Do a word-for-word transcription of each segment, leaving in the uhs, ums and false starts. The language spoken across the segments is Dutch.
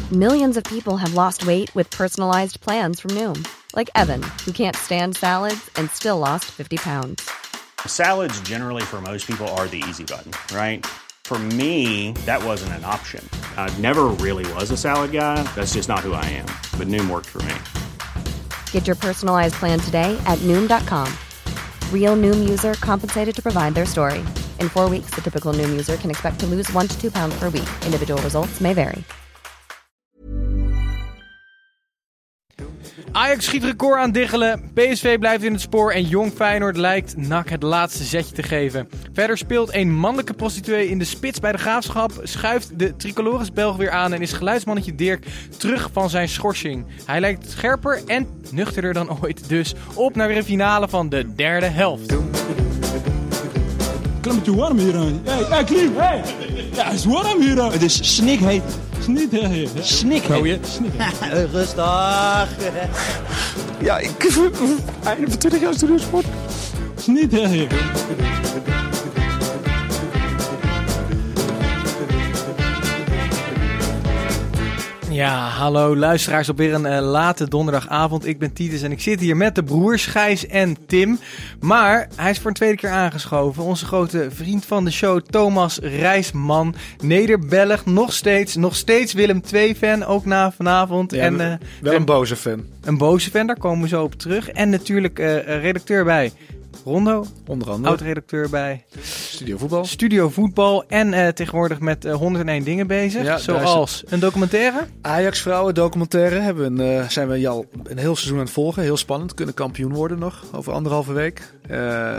Millions of people have lost weight with personalized plans from Noom. Like Evan, who can't stand salads and still lost fifty pounds. Salads generally for most people are the easy button, right? For me, that wasn't an option. I never really was a salad guy. That's just not who I am. But Noom worked for me. Get your personalized plan today at Noom dot com. Real Noom user compensated to provide their story. In four weeks, the typical Noom user can expect to lose one to two pounds per week. Individual results may vary. Ajax schiet record aan diggelen, P S V blijft in het spoor en Jong Feyenoord lijkt N A C het laatste zetje te geven. Verder speelt een mannelijke prostituee in de spits bij de Graafschap, schuift de tricolores Belg weer aan en is geluidsmannetje Dirk terug van zijn schorsing. Hij lijkt scherper en nuchterder dan ooit, dus op naar weer een finale van de derde helft. Klimmetje warm hier aan. Hey, hey, Klim, hey! Ja, het is warm hier aan. Het is snikheet. Snikheet. Snikheet. Snikheet. Rustig. Ja, ik... Einde van twintig jaar studiosport. Snikheet. Ja, hallo luisteraars op weer een uh, late donderdagavond. Ik ben Titus en ik zit hier met de broers Gijs en Tim. Maar hij is voor een tweede keer aangeschoven. Onze grote vriend van de show, Thomas Rijsman. Neder-Belg, nog steeds, nog steeds Willem twee fan, ook na vanavond. Ja, en, uh, wel een boze fan. Een boze fan, daar komen we zo op terug. En natuurlijk uh, redacteur bij Rondo, onder andere. oud-redacteur bij Studio Voetbal. Studio Voetbal en uh, tegenwoordig met uh, honderdéén dingen bezig. Ja, zoals een documentaire. Ajax vrouwen documentaire hebben we, uh, zijn we al een heel seizoen aan het volgen. Heel spannend. Kunnen kampioen worden nog over anderhalve week. Uh,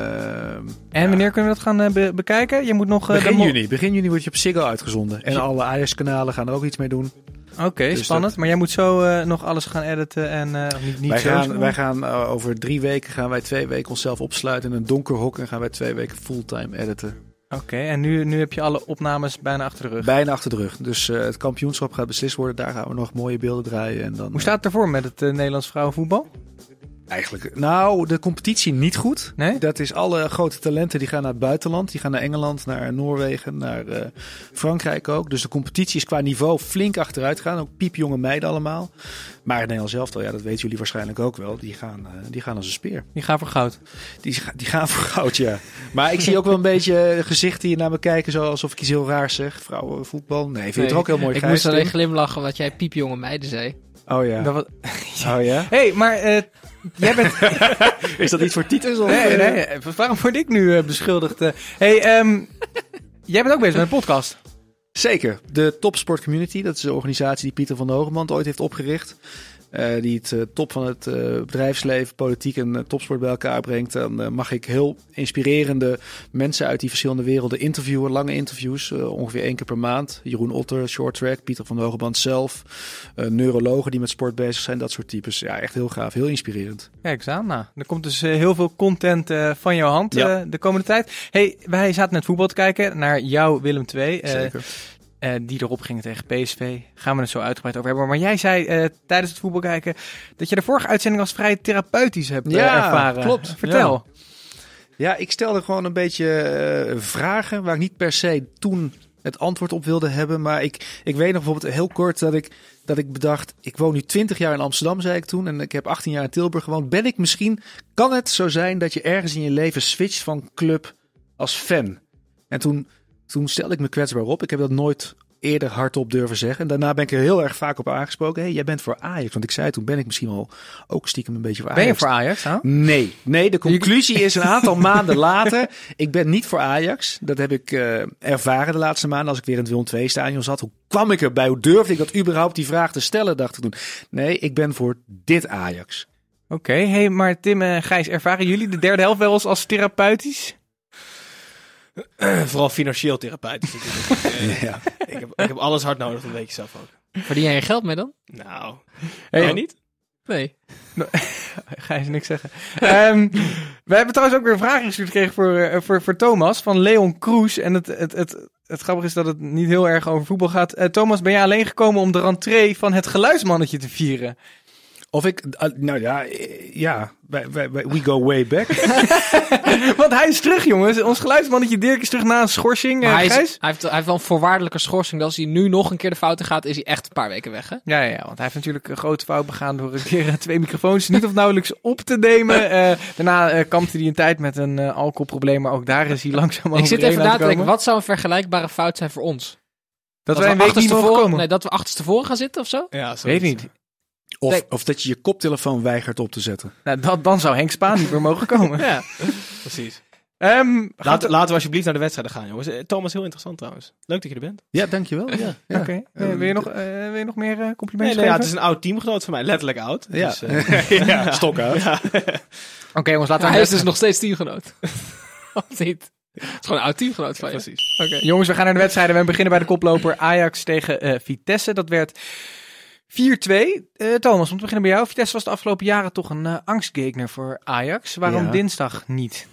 en wanneer ja. kunnen we dat gaan uh, be- bekijken? Je moet nog uh, begin mo- juni. Begin juni wordt je op Ziggo uitgezonden. En alle Ajax-kanalen gaan er ook iets mee doen. Oké, okay, dus spannend. Dat... Maar jij moet zo uh, nog alles gaan editen en uh, niet, niet wij zo gaan, wij gaan uh, over drie weken gaan wij twee weken onszelf opsluiten in een donker hok en gaan wij twee weken fulltime editen. Oké, okay, en nu, nu heb je alle opnames bijna achter de rug. Bijna achter de rug. Dus uh, het kampioenschap gaat beslist worden. Daar gaan we nog mooie beelden draaien. En dan, Hoe staat het ervoor met het uh, Nederlands vrouwenvoetbal? Eigenlijk, nou, de competitie niet goed. Nee? Dat is alle grote talenten die gaan naar het buitenland. Die gaan naar Engeland, naar Noorwegen, naar uh, Frankrijk ook. Dus de competitie is qua niveau flink achteruit gegaan. Ook piepjonge meiden allemaal. Maar het Nederlands elftal, ja, dat weten jullie waarschijnlijk ook wel. Die gaan, uh, die gaan als een speer. Die gaan voor goud. Die, die gaan voor goud, ja. Maar ik zie ook wel een beetje gezichten hier naar me kijken. Zo alsof ik iets heel raars zeg. Vrouwenvoetbal. Nee, vind je nee, het ook heel mooi? Ik moest alleen glimlachen wat jij piepjonge meiden zei. Oh ja. Dat was... Oh ja? Hé, hey, maar... Uh, jij bent... Is dat iets voor Titus? Of nee, nee. Waarom word ik nu uh, beschuldigd? Uh, hey, um, jij bent ook bezig met een podcast. Zeker. De Topsport Community. Dat is de organisatie die Pieter van der Hogeband ooit heeft opgericht. Uh, die het uh, top van het uh, bedrijfsleven, politiek en uh, topsport bij elkaar brengt. Dan uh, mag ik heel inspirerende mensen uit die verschillende werelden interviewen. Lange interviews, uh, ongeveer één keer per maand. Jeroen Otter, short track, Pieter van der Hogeband zelf. Uh, neurologen die met sport bezig zijn, dat soort types. Ja, echt heel gaaf, heel inspirerend. Kijk eens aan. Nou, er komt dus uh, heel veel content uh, van jouw hand ja. uh, de komende tijd. Hey, wij zaten net voetbal te kijken naar jouw Willem twee. Uh, Zeker. Uh, die erop gingen tegen P S V. Gaan we het zo uitgebreid over hebben. Maar jij zei uh, tijdens het voetbal kijken dat je de vorige uitzending als vrij therapeutisch hebt ja, uh, ervaren. Klopt. Vertel. Ja. ja, ik stelde gewoon een beetje uh, vragen waar ik niet per se toen het antwoord op wilde hebben. Maar ik, ik weet nog bijvoorbeeld heel kort dat ik, dat ik bedacht, ik woon nu twintig jaar in Amsterdam, zei ik toen. En ik heb achttien jaar in Tilburg gewoond. Ben ik misschien, kan het zo zijn dat je ergens in je leven switcht van club als fan? En toen... Toen stelde ik me kwetsbaar op. Ik heb dat nooit eerder hardop durven zeggen. En daarna ben ik er heel erg vaak op aangesproken. Hé, hey, jij bent voor Ajax. Want ik zei toen, ben ik misschien wel ook stiekem een beetje voor Ajax. Ben je voor Ajax? Huh? Nee. Nee, de conclusie is een aantal maanden later. Ik ben niet voor Ajax. Dat heb ik uh, ervaren de laatste maanden. Als ik weer in het Willem twee stadion zat. Hoe kwam ik erbij? Hoe durfde ik dat überhaupt die vraag te stellen? Dacht ik toen. Nee, ik ben voor dit Ajax. Oké. Okay, hey, maar Tim en Gijs, ervaren jullie de derde helft wel eens als therapeutisch? Uh, vooral financieel therapeutisch natuurlijk. uh, ja. ik, heb, ik heb alles hard nodig, dat weet je zelf ook. Verdien jij je geld mee dan? Nou, hey, jij niet? Nee. Ga je niks zeggen. um, we hebben trouwens ook weer een vraag ingestuurd gekregen voor, uh, voor, voor Thomas van Leon Kroes. En het, het, het, het grappige is dat het niet heel erg over voetbal gaat. Uh, Thomas, ben jij alleen gekomen om de rentree van het geluidsmannetje te vieren? Of ik, uh, nou ja, uh, ja, wij, wij, wij, we go way back. Want hij is terug, jongens. Ons geluidsmannetje Dirk is terug na een schorsing. Maar Uh, hij, is, Gijs? hij, heeft, hij heeft wel een voorwaardelijke schorsing. Dat als hij nu nog een keer de fouten gaat, is hij echt een paar weken weg. Hè? Ja, ja, ja, want hij heeft natuurlijk een grote fout begaan door een keer uh, twee microfoons niet of nauwelijks op te nemen. Uh, daarna uh, kampte hij een tijd met een uh, alcoholprobleem, maar ook daar is hij langzaam Ik zit overheen even aan na te te denken, komen. wat zou een vergelijkbare fout zijn voor ons? Dat, wij een week niet mogen achterstevoren- komen. Nee, dat we achterstevoren gaan zitten of zo? Ja, zo Weet is niet. het. Of, Nee. of dat je je koptelefoon weigert op te zetten. Nou, dat, dan zou Henk Spaan niet meer mogen komen. Ja. Precies. Um, Laten, laten we alsjeblieft naar de wedstrijden gaan, jongens. Eh, Thomas, heel interessant trouwens. Leuk dat je er bent. Ja, dankjewel. Ja, ja. Oké, okay. uh, wil, je nog, uh, wil je nog meer uh, Nee, complimenten nee, ja, geven? het is een oud teamgenoot van mij. Letterlijk oud. Ja. Dus, uh, ja, stok uit. ja. Oké, okay, jongens, laten we... Hij is dus nog steeds teamgenoot. Of niet? Het is gewoon een oud teamgenoot van je. Precies. Oké. Jongens, we gaan naar de wedstrijden. We beginnen bij de koploper Ajax tegen uh, Vitesse. Dat werd vier twee. Uh, Thomas, om te beginnen bij jou. Vitesse was de afgelopen jaren toch een uh, angstgegner voor Ajax. Waarom Ja. dinsdag niet?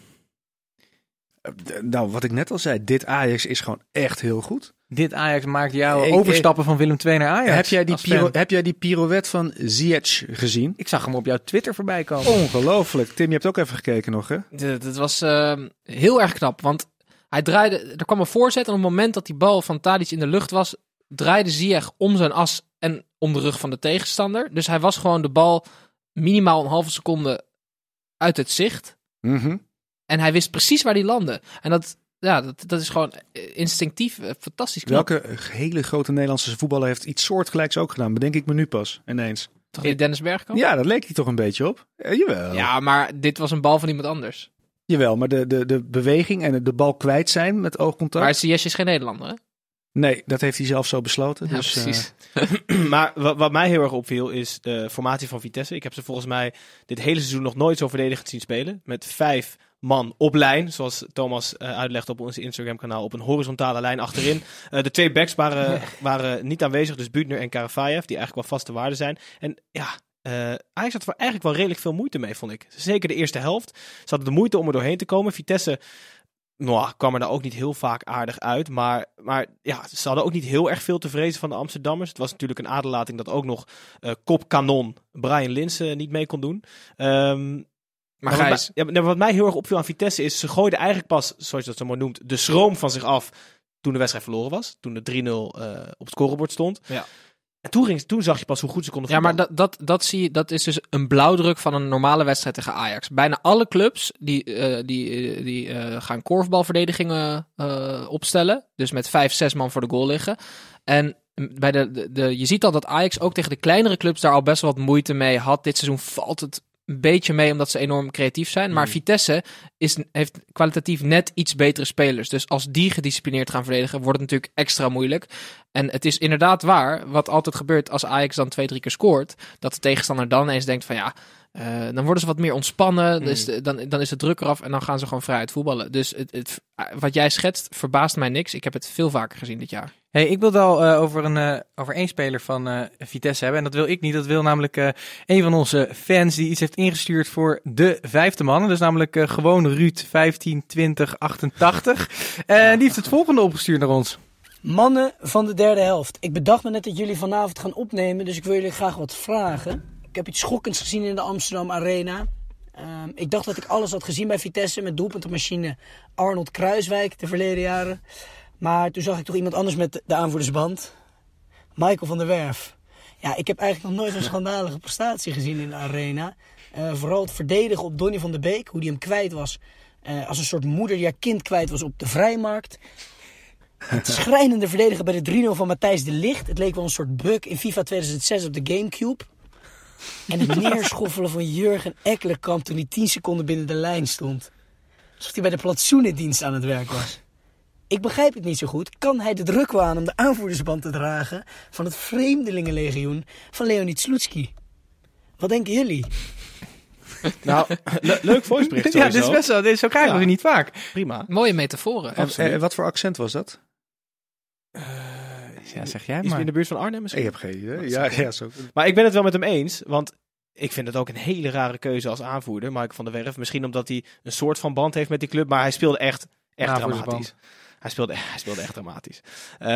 Nou, wat ik net al zei, dit Ajax is gewoon echt heel goed. Dit Ajax maakt jou Ik- overstappen van Willem twee naar Ajax. Heb jij, die als piro- fan. heb jij die pirouette van Ziyech gezien? Ik zag hem op jouw Twitter voorbij komen. Ongelooflijk. Tim, je hebt ook even gekeken nog, hè? Dit, dit was uh, heel erg knap, want hij draaide, er kwam een voorzet en op het moment dat die bal van Tadic in de lucht was, draaide Ziyech om zijn as en om de rug van de tegenstander. Dus hij was gewoon de bal minimaal een halve seconde uit het zicht. Mhm. En hij wist precies waar hij landde. En dat, ja, dat, dat is gewoon instinctief uh, fantastisch knap. Welke hele grote Nederlandse voetballer heeft iets soortgelijks ook gedaan? Bedenk ik me nu pas, ineens. Toch niet Dennis Bergkamp? Ja, dat leek hij toch een beetje op. Eh, jawel. Ja, maar dit was een bal van iemand anders. Jawel, maar de, de, de beweging en de bal kwijt zijn met oogcontact. Maar Ziyech is geen Nederlander, hè? Nee, dat heeft hij zelf zo besloten. Ja, dus, eh, precies. Maar wat, wat mij heel erg opviel is de formatie van Vitesse. Ik heb ze volgens mij dit hele seizoen nog nooit zo verdedigend zien spelen. Met vijf man op lijn, zoals Thomas uh, uitlegt op ons Instagram kanaal, op een horizontale lijn achterin. Uh, de twee backs waren, waren niet aanwezig, dus Buutner en Karavayev, die eigenlijk wel vaste waarde zijn. En ja, uh, Ajax had er eigenlijk wel redelijk veel moeite mee, vond ik. Zeker de eerste helft. Ze hadden de moeite om er doorheen te komen. Vitesse nou, kwam er nou ook niet heel vaak aardig uit. Maar, maar ja, ze hadden ook niet heel erg veel te vrezen van de Amsterdammers. Het was natuurlijk een aderlating dat ook nog uh, kopkanon Brian Linssen uh, niet mee kon doen. Um, Maar wat, Gijs, mij, ja, wat mij heel erg opviel aan Vitesse is, ze gooiden eigenlijk pas, zoals je dat zo mooi noemt, de schroom van zich af toen de wedstrijd verloren was. Toen de drie nul uh, op het scorebord stond. Ja. En toen, ging, toen zag je pas hoe goed ze konden ja, maar voetballen. dat, dat, dat, zie je, dat is dus een blauwdruk van een normale wedstrijd tegen Ajax. Bijna alle clubs die, uh, die, uh, die uh, gaan korfbalverdedigingen uh, opstellen. Dus met vijf, zes man voor de goal liggen. En bij de, de, de, je ziet al dat Ajax ook tegen de kleinere clubs daar al best wel wat moeite mee had. Dit seizoen valt het een beetje mee omdat ze enorm creatief zijn. Maar Mm. Vitesse is, heeft kwalitatief net iets betere spelers. Dus als die gedisciplineerd gaan verdedigen, wordt het natuurlijk extra moeilijk. En het is inderdaad waar, wat altijd gebeurt als Ajax dan twee, drie keer scoort, dat de tegenstander dan eens denkt van ja, uh, dan worden ze wat meer ontspannen. Mm. Dus de, dan, dan is de druk eraf en dan gaan ze gewoon vrij uit voetballen. Dus het, het, wat jij schetst verbaast mij niks. Ik heb het veel vaker gezien dit jaar. Hey, ik wil het al uh, over, een, uh, over één speler van uh, Vitesse hebben. En dat wil ik niet. Dat wil namelijk uh, een van onze fans die iets heeft ingestuurd voor de vijfde mannen. Dus namelijk uh, gewoon Ruud vijftien twintig achtentachtig. En uh, die heeft het volgende opgestuurd naar ons. Mannen van de derde helft. Ik bedacht me net dat jullie vanavond gaan opnemen, dus ik wil jullie graag wat vragen. Ik heb iets schokkends gezien in de Amsterdam Arena. Um, ik dacht dat ik alles had gezien bij Vitesse met doelpuntenmachine Arnold Kruiswijk de verleden jaren. Maar toen zag ik toch iemand anders met de aanvoerdersband. Michael van der Werf. Ja, ik heb eigenlijk nog nooit zo'n schandalige prestatie gezien in de Arena. Uh, vooral het verdedigen op Donny van de Beek, hoe die hem kwijt was. Uh, als een soort moeder die haar kind kwijt was op de vrijmarkt. Het schrijnende verdedigen bij de drie nul van Matthijs de Ligt. Het leek wel een soort bug in FIFA tweeduizend zes op de Gamecube. En het neerschoffelen van Jurgen Ekkelenkamp toen hij tien seconden binnen de lijn stond. Alsof hij bij de plantsoenendienst aan het werk was. Ik begrijp het niet zo goed. Kan hij de druk wel aan om de aanvoerdersband te dragen van het Vreemdelingenlegioen van Leonid Sloetski? Wat denken jullie? Nou, le- leuk voicebericht Ja, sowieso. dit is best wel. Dit zo krijgen we Ja. niet vaak. Prima. Mooie metaforen. En, en wat voor accent was dat? Uh, ja, zeg jij Is het maar. in de buurt van Arnhem misschien? Ik heb geen idee. Ja, ja, zo. Maar ik ben het wel met hem eens, want ik vind het ook een hele rare keuze als aanvoerder, Michael van der Werf. Misschien omdat hij een soort van band heeft met die club, maar hij speelde echt, echt Aanvoerdersband. dramatisch. Hij speelde, hij speelde echt dramatisch. Um,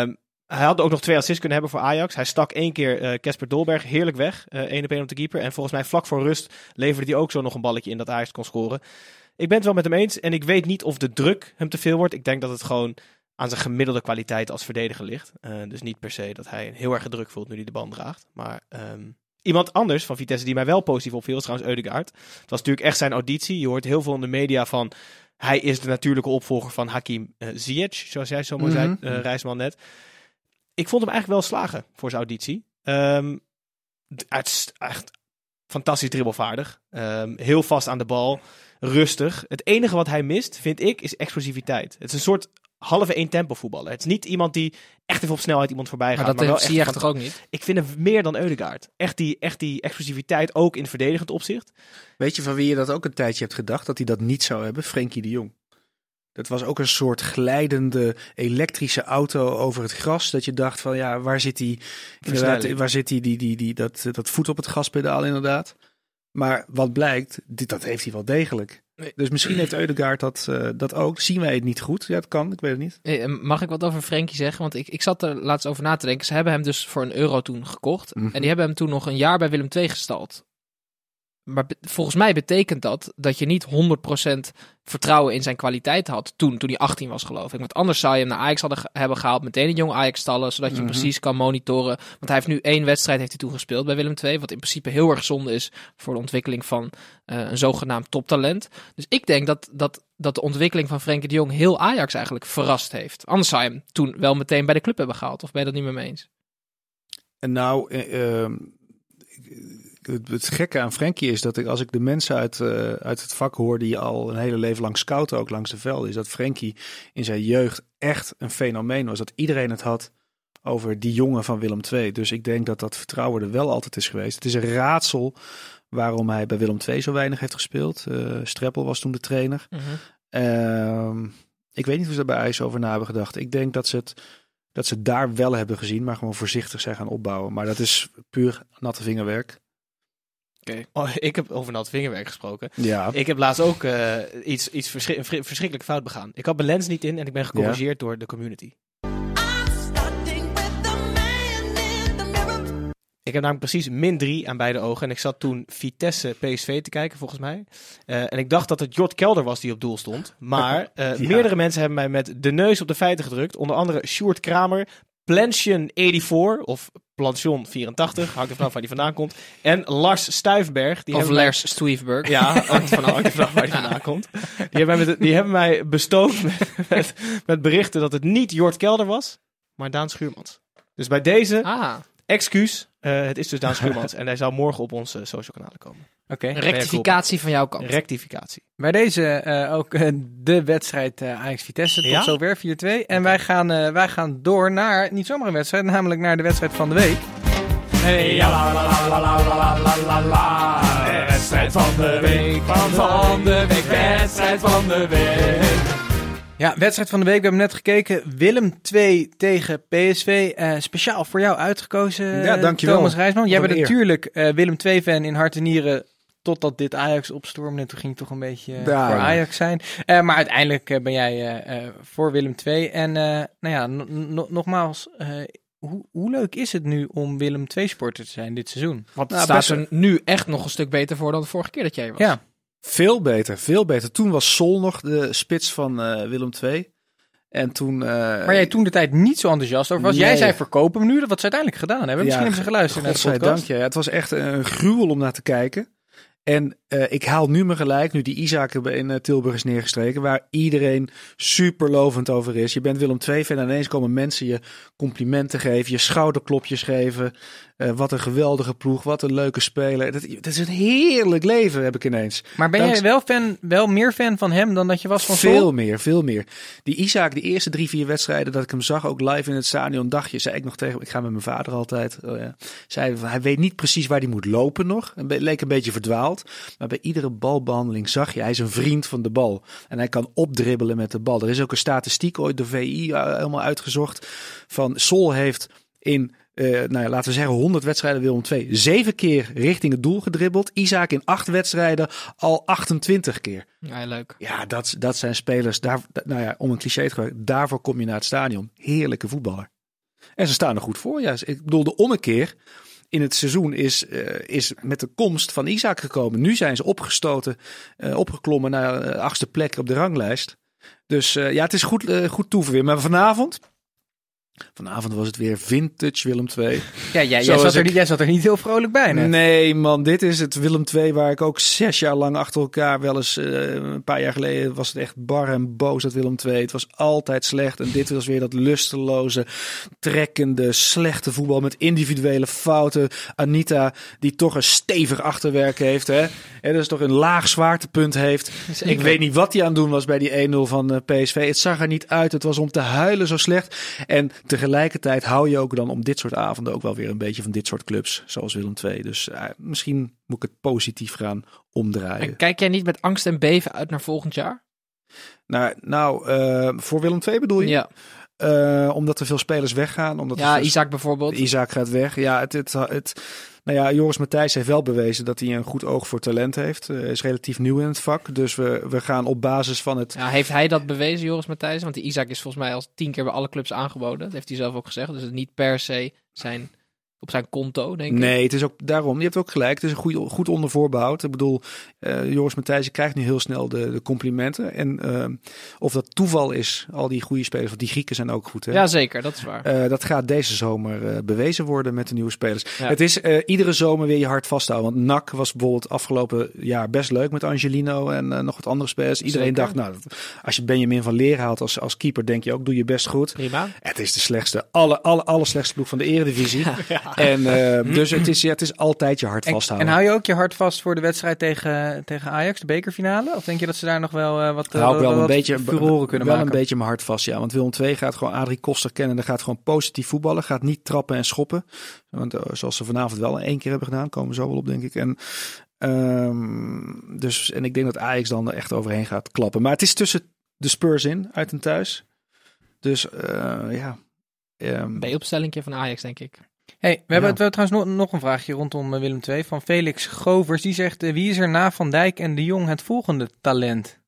Hij had ook nog twee assists kunnen hebben voor Ajax. Hij stak één keer Casper uh, Dolberg heerlijk weg. Uh, één op één op de keeper. En volgens mij vlak voor rust leverde hij ook zo nog een balletje in dat Ajax kon scoren. Ik ben het wel met hem eens. En ik weet niet of de druk hem te veel wordt. Ik denk dat het gewoon aan zijn gemiddelde kwaliteit als verdediger ligt. Uh, dus niet per se dat hij heel erg druk voelt nu hij de bal draagt. Maar um, iemand anders van Vitesse die mij wel positief opviel is trouwens Ødegaard. Het was natuurlijk echt zijn auditie. Je hoort heel veel in de media van... Hij is de natuurlijke opvolger van Hakim uh, Ziyech. Zoals jij zo mooi mm-hmm. zei, uh, Rijsman net. Ik vond hem eigenlijk wel slagen voor zijn auditie. Um, het is echt fantastisch dribbelvaardig. Um, heel vast aan de bal. Rustig. Het enige wat hij mist, vind ik, is explosiviteit. Het is een soort halve één-tempo voetballer. Het is niet iemand die echt even op snelheid iemand voorbij gaat. Maar dat maar wel zie je echt toch ook niet? Ik vind hem meer dan Ødegaard. Echt die, echt die explosiviteit, ook in verdedigend opzicht. Weet je van wie je dat ook een tijdje hebt gedacht? Dat hij dat niet zou hebben? Frenkie de Jong. Dat was ook een soort glijdende elektrische auto over het gras. Dat je dacht van ja, waar zit die, inderdaad, waar zit die, die, die, die, dat, dat voet op het gaspedaal inderdaad. Maar wat blijkt, dit, dat heeft hij wel degelijk. Nee. Dus misschien heeft Ødegaard dat, uh, dat ook. Zien wij het niet goed? Ja, dat kan. Ik weet het niet. Hey, mag ik wat over Frenkie zeggen? Want ik, ik zat er laatst over na te denken. Ze hebben hem dus voor een euro toen gekocht. Mm-hmm. En die hebben hem toen nog een jaar bij Willem twee gestald. Maar be- volgens mij betekent dat dat je niet honderd procent vertrouwen in zijn kwaliteit had toen, toen hij achttien was, geloof ik. Want anders zou je hem naar Ajax hadden ge- hebben gehaald, meteen een jong Ajax stallen, zodat je mm-hmm. precies kan monitoren. Want hij heeft nu één wedstrijd heeft hij toen gespeeld bij Willem twee, wat in principe heel erg zonde is voor de ontwikkeling van uh, een zogenaamd toptalent. Dus ik denk dat, dat, dat de ontwikkeling van Frenkie de Jong heel Ajax eigenlijk verrast heeft. Anders zou je hem toen wel meteen bij de club hebben gehaald. Of ben je dat niet meer mee eens? En nou... Uh, uh... Het, het gekke aan Frenkie is dat ik, als ik de mensen uit, uh, uit het vak hoor die al een hele leven lang scouten, ook langs de velden, is dat Frenkie in zijn jeugd echt een fenomeen was. Dat iedereen het had over die jongen van Willem twee. Dus ik denk dat dat vertrouwen er wel altijd is geweest. Het is een raadsel waarom hij bij Willem twee zo weinig heeft gespeeld. Uh, Streppel was toen de trainer. Uh-huh. Uh, ik weet niet hoe ze daar bij IJs over na hebben gedacht. Ik denk dat ze het dat ze daar wel hebben gezien, maar gewoon voorzichtig zijn gaan opbouwen. Maar dat is puur natte vingerwerk. Okay. Oh, ik heb over nat vingerwerk gesproken. Ja. Ik heb laatst ook uh, iets, iets verschri- verschrikkelijk fout begaan. Ik had mijn lens niet in en ik ben gecorrigeerd ja. door de community. Ik heb namelijk precies min drie aan beide ogen. En ik zat toen Vitesse P S V te kijken, volgens mij. Uh, en ik dacht dat het Jort Kelder was die op doel stond. Maar uh, ja. meerdere mensen hebben mij met de neus op de feiten gedrukt. Onder andere Sjoerd Kramer, Plansion vierentachtig of Plansion vierentachtig, hangt er vanaf waar die vandaan komt. En Lars Stuyfberg. Die of Lars mij... Stuyfberg. Ja, hangt er vanaf, vanaf waar die vandaan komt. Die hebben, mij, met, die hebben mij bestookt met, met, met berichten dat het niet Jort Kelder was, maar Daan Schuurmans. Dus bij deze, ah. excuus, uh, het is dus Daan Schuurmans. En hij zal morgen op onze social kanalen komen. Oké. Okay. Rectificatie van jouw kant. Rectificatie. Bij deze uh, ook uh, de wedstrijd uh, Ajax-Vitesse. Tot ja? zover vier twee. En wij gaan, uh, wij gaan door naar, niet zomaar een wedstrijd, namelijk naar de wedstrijd van de week. Hey, ja, la, la, la, la, la, la, la, la. Wedstrijd van de week, van, van de week, wedstrijd van de week. Ja, wedstrijd van de week. We hebben net gekeken. Willem twee tegen P S V. Uh, speciaal voor jou uitgekozen, ja, dankjewel. Thomas Rijsman. Jij bent natuurlijk uh, Willem twee fan in hart en nieren. Totdat dit Ajax opstormde. En toen ging het toch een beetje uh, ja, voor Ajax zijn. Uh, maar uiteindelijk uh, ben jij uh, uh, voor Willem twee. En uh, nou ja, no- no- nogmaals... Uh, Hoe, hoe leuk is het nu om Willem twee sporter te zijn dit seizoen? Want het nou, staat er nu echt nog een stuk beter voor dan de vorige keer dat jij was. Ja. Veel beter, veel beter. Toen was Sol nog de spits van uh, Willem twee. En toen... Uh, maar jij toen de tijd niet zo enthousiast over was. Nee. Jij zei verkopen hem nu, wat ze uiteindelijk gedaan hebben. Misschien ja, hebben ze geluisterd naar de podcast. Dank je. Het was echt een gruwel om naar te kijken. En uh, ik haal nu me gelijk, nu die Isaac in uh, Tilburg is neergestreken, waar iedereen super lovend over is. Je bent Willem twee fan en ineens komen mensen je complimenten geven, je schouderklopjes geven. Uh, wat een geweldige ploeg, wat een leuke speler. Dat, dat is een heerlijk leven, heb ik ineens. Maar ben Dank... jij wel, fan, wel meer fan van hem dan dat je was van Sol? Veel meer, veel meer. Die Isaac, de eerste drie, vier wedstrijden dat ik hem zag, ook live in het stadion, dacht je, zei ik nog tegen, ik ga met mijn vader altijd. Oh ja. Zei, hij weet niet precies waar hij moet lopen nog. Het leek een beetje verdwaald. Maar bij iedere balbehandeling zag je, hij is een vriend van de bal. En hij kan opdribbelen met de bal. Er is ook een statistiek ooit door V I uh, helemaal uitgezocht. Van Sol heeft in, uh, nou ja, laten we zeggen, honderd wedstrijden Willem twee. Zeven keer richting het doel gedribbeld. Isaac in acht wedstrijden al achtentwintig keer. Ja, leuk. Ja, dat, dat zijn spelers, daar, nou ja, om een cliché te gebruiken, daarvoor kom je naar het stadion. Heerlijke voetballer. En ze staan er goed voor. Ja. Ik bedoel, de ommekeer in het seizoen is, uh, is met de komst van Isaac gekomen. Nu zijn ze opgestoten, uh, opgeklommen naar de uh, achtste plek op de ranglijst. Dus uh, ja, het is goed, uh, goed toeven weer. Maar vanavond... Vanavond was het weer vintage Willem twee. Ja, ja jij, zat er, ik... jij zat er niet heel vrolijk bij. Net. Nee man, dit is het Willem twee waar ik ook zes jaar lang achter elkaar wel eens... Uh, een paar jaar geleden was het echt bar en boos, dat Willem twee. Het was altijd slecht. En dit was weer dat lusteloze, trekkende, slechte voetbal met individuele fouten. Anita, die toch een stevig achterwerk heeft. Hè? En dus toch een laag zwaartepunt heeft. Zeker. Ik weet niet wat hij aan het doen was bij die één nul van uh, P S V. Het zag er niet uit. Het was om te huilen zo slecht. En tegelijkertijd hou je ook dan om dit soort avonden ook wel weer een beetje van dit soort clubs, zoals Willem twee. Dus uh, misschien moet ik het positief gaan omdraaien. En kijk jij niet met angst en beven uit naar volgend jaar? Nou, nou uh, voor Willem twee bedoel je? Ja. Uh, omdat er veel spelers weggaan. Omdat ja, veel... Isaac bijvoorbeeld. Isaac gaat weg. Ja, het... het, het Nou ja, Joris Matthijs heeft wel bewezen dat hij een goed oog voor talent heeft. Hij uh, is relatief nieuw in het vak. Dus we, we gaan op basis van het... Ja, heeft hij dat bewezen, Joris Matthijs? Want die Isaac is volgens mij al tien keer bij alle clubs aangeboden. Dat heeft hij zelf ook gezegd. Dus het is niet per se zijn... op zijn konto, denk ik. Nee, het is ook daarom. Je hebt ook gelijk. Het is een goed, goed onder voorbehoud. Ik bedoel, uh, Joris Matthijs krijgt nu heel snel de, de complimenten. En uh, of dat toeval is, al die goede spelers, want die Grieken zijn ook goed. Hè? Ja, zeker. Dat is waar. Uh, dat gaat deze zomer uh, bewezen worden met de nieuwe spelers. Ja. Het is uh, iedere zomer weer je hart vasthouden. Want N A C was bijvoorbeeld afgelopen jaar best leuk met Angelino en uh, nog wat andere spelers. Iedereen zeker. dacht, nou, als je Benjamin van Leer haalt als, als keeper, denk je ook, doe je best goed. Prima. Het is de slechtste, alle, alle, alle slechtste ploeg van de Eredivisie. Ja. Ja. En uh, dus het is, ja, het is altijd je hart vasthouden. En, en hou je ook je hart vast voor de wedstrijd tegen, tegen Ajax, de bekerfinale? Of denk je dat ze daar nog wel uh, wat, hou uh, wel wat, een beetje, furoren kunnen wel maken? een beetje mijn hart vast, ja. Want Willem twee gaat gewoon Adrie Koster kennen. En gaat gewoon positief voetballen. Gaat niet trappen en schoppen. Want uh, zoals ze vanavond wel één keer hebben gedaan. Komen we zo wel op, denk ik. En, um, dus, en ik denk dat Ajax dan er echt overheen gaat klappen. Maar het is tussen de Spurs in, uit en thuis. Dus uh, ja... Um, B-opstellingje van Ajax, denk ik. Hey, we, ja. hebben, we hebben trouwens nog, nog een vraagje rondom uh, Willem twee van Felix Govers. Die zegt, uh, wie is er na Van Dijk en de Jong het volgende talent?